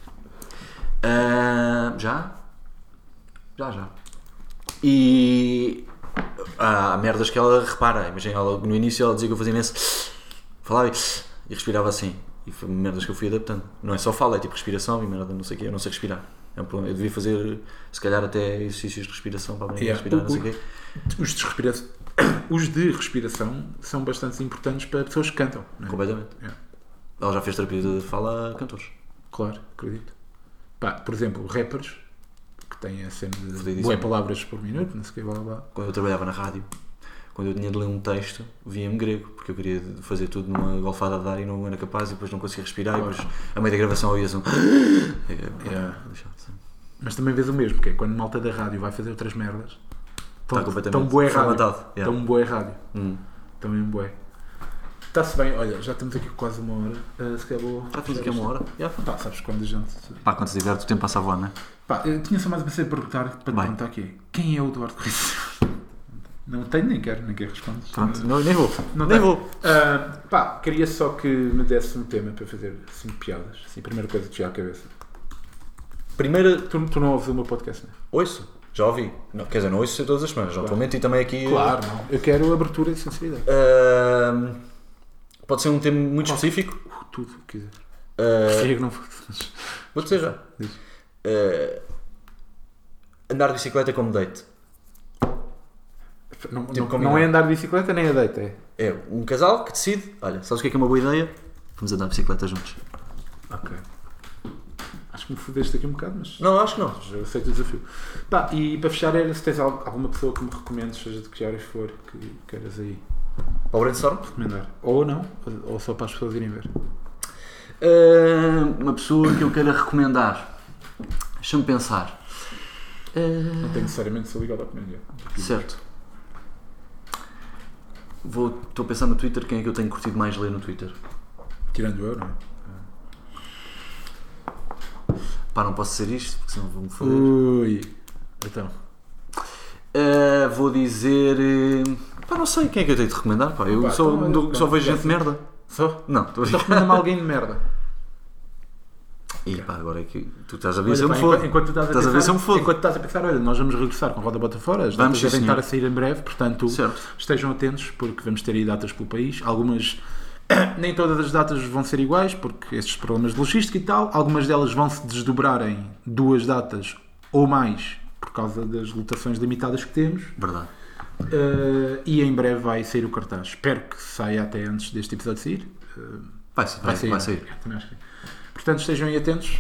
Já. E há merdas que ela repara. Imagina, no início ela dizia que eu fazia imenso. Falava e respirava assim. E foi merdas que eu fui adaptando. Não é só fala, é tipo respiração e merda, não sei o quê. Eu não sei respirar. É um problema. Eu devia fazer, se calhar, até exercícios de respiração para aprender a respirar, não sei o quê. Os de respiração são bastante importantes para pessoas que cantam. Não é? Completamente. Yeah. Ela já fez terapia de fala a cantores. Claro, acredito. Pá, por exemplo, rappers que têm a cena de Fodidíssimo. boas palavras por minuto, não sei o que, blá blá blá. Quando eu trabalhava na rádio, quando eu tinha de ler um texto, via-me grego, porque eu queria fazer tudo numa golfada de ar e não era capaz, e depois não conseguia respirar, e depois, a meio da gravação, eu ia assim. Yeah. Mas também vês o mesmo, que é quando malta da rádio vai fazer outras merdas, Está completamente tão boa rádio. formatado. Yeah. Tão boa rádio. Hum. Tão mesmo boa. Está-se bem, olha, já estamos aqui quase uma hora. Se calhar vou. Já temos aqui uma hora. Pá, sabes quando a gente. Pá, quando se diverte, o tempo passa a voar, não é? Pá, eu tinha só mais a pensar em perguntar, para te Vai. perguntar aqui. Quem é o Eduardo Correia? Não tenho, nem quero responder. Pronto, nem vou. Não nem tenho. vou. Pá, queria só que me desse um tema para fazer 5 piadas. Assim, a primeira coisa que te chega à cabeça. Primeira. Tu não ouves o meu podcast, não é? Ouço. Já ouvi. Não, quer dizer, não ouço todas as semanas, atualmente, e também aqui. Claro, não. Eu quero abertura e sensibilidade. Pode ser um tema muito específico. Tudo o que quiser. Uh, Preferia que não fosse. Vou dizer já. Diz. Andar de bicicleta como date. Não, Tipo não, combinar. não é andar de bicicleta nem a deita, é. É um casal que decide, olha, sabes o que é uma boa ideia? Vamos andar de bicicleta juntos. Ok. Acho que me fodeste aqui um bocado, mas Não, acho que não. eu aceito o desafio. Pá, e para fechar era se tens alguma pessoa que me recomendes, seja de que áreas for, que queiras aí Para o brainstorm? recomendar. Ou não, ou só para as pessoas irem ver. Uma pessoa que eu queira recomendar. Deixa-me pensar. Não tem necessariamente de ser ligado à comédia. Certo. Estou a pensar no Twitter, quem é que eu tenho curtido mais ler no Twitter? Tirando eu, não é? Pá, não posso ser isto, porque senão vou-me foder. Ui. Então. Vou dizer. Pá, não sei quem é que eu tenho de recomendar. Pá, eu Pá, só, então, só vejo já gente de sei. merda. Só? Não, estou a Então recomenda-me alguém de merda. E pá, agora é que tu estás a ver Olha, se eu me pá, fodo. enquanto tu estás a Estás a ver se eu me fodo. Enquanto estás a pensar, olha, nós vamos regressar com Roda Bota Fora, as Vamos, datas sim, devem senhor. estar a sair em breve, portanto Certo. estejam atentos porque vamos ter aí datas pelo país. Algumas, nem todas as datas vão ser iguais porque estes problemas de logística e tal, algumas delas vão se desdobrar em 2 datas ou mais por causa das lotações limitadas que temos. Verdade. E em breve vai sair o cartaz. Espero que saia até antes deste episódio sair. Vai sair. Também acho que sim. Portanto, estejam aí atentos.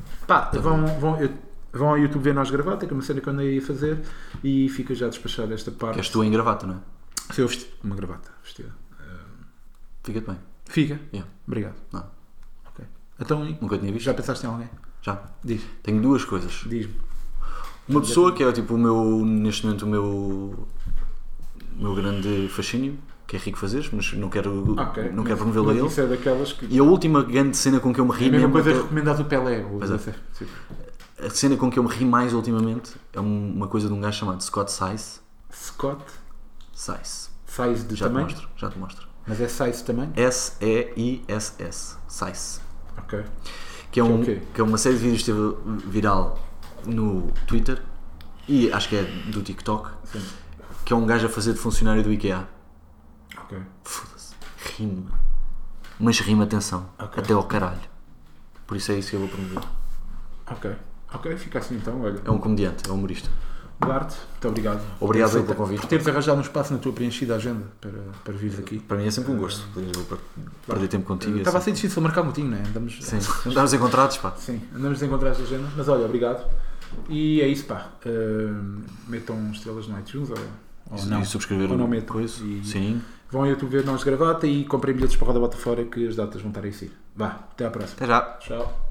Vão ao YouTube ver nós gravata, que é uma cena que eu andei a fazer, e fica já despachada esta parte. Que és tu em gravata, não é? Se eu vestir uma gravata vestida. Fica-te bem. Fica. Yeah. Obrigado. Não. Ok. Então, Nunca tinha visto. já pensaste em alguém? Já. Diz. Tenho 2 coisas. Diz-me. Uma pessoa que é tipo neste momento o meu grande fascínio, que é Rico Fazeres, mas não quero promovê-lo a ele. Isso é daquelas que. E a última grande cena com que eu me É ri a mesma mesmo, coisa até- recomendado o Pelé. Pois é. Sim. a cena com que eu me ri mais ultimamente é uma coisa de um gajo chamado Scott Size. Scott. Size. Size de Já tamanho. te mostro. Mas é size também? S-E-I-S-S. Size. Ok. Que é, o quê? que é uma série de vídeos que esteve viral no Twitter e acho que é do TikTok. Sim. Que é um gajo a fazer de funcionário do IKEA. Ok. Foda-se. Rima. Mas rima, atenção. Ok. Até ao caralho. Por isso é isso que eu vou promover. Ok, fica assim então, olha. É um comediante, é um humorista. Duarte, muito obrigado. Obrigado Por pelo convite. Por teres arranjado um espaço na tua preenchida agenda para vires aqui. Para mim é sempre um gosto. Eu vou perder tempo contigo. Estava a ser difícil marcar mutinho, não é? Andamos... Sim, andamos encontrados, pá. Sim, andamos a encontrar esta agenda. Mas olha, obrigado. E é isso, pá. Metam estrelas no iTunes ou não. E subscrever ou não o metam. coisa. E Sim. vão ao YouTube ver Nós de Gravata e comprem bilhetes para a Roda Bota Fora que as datas vão estar aí sim. Vá, até à próxima. Até já. Tchau.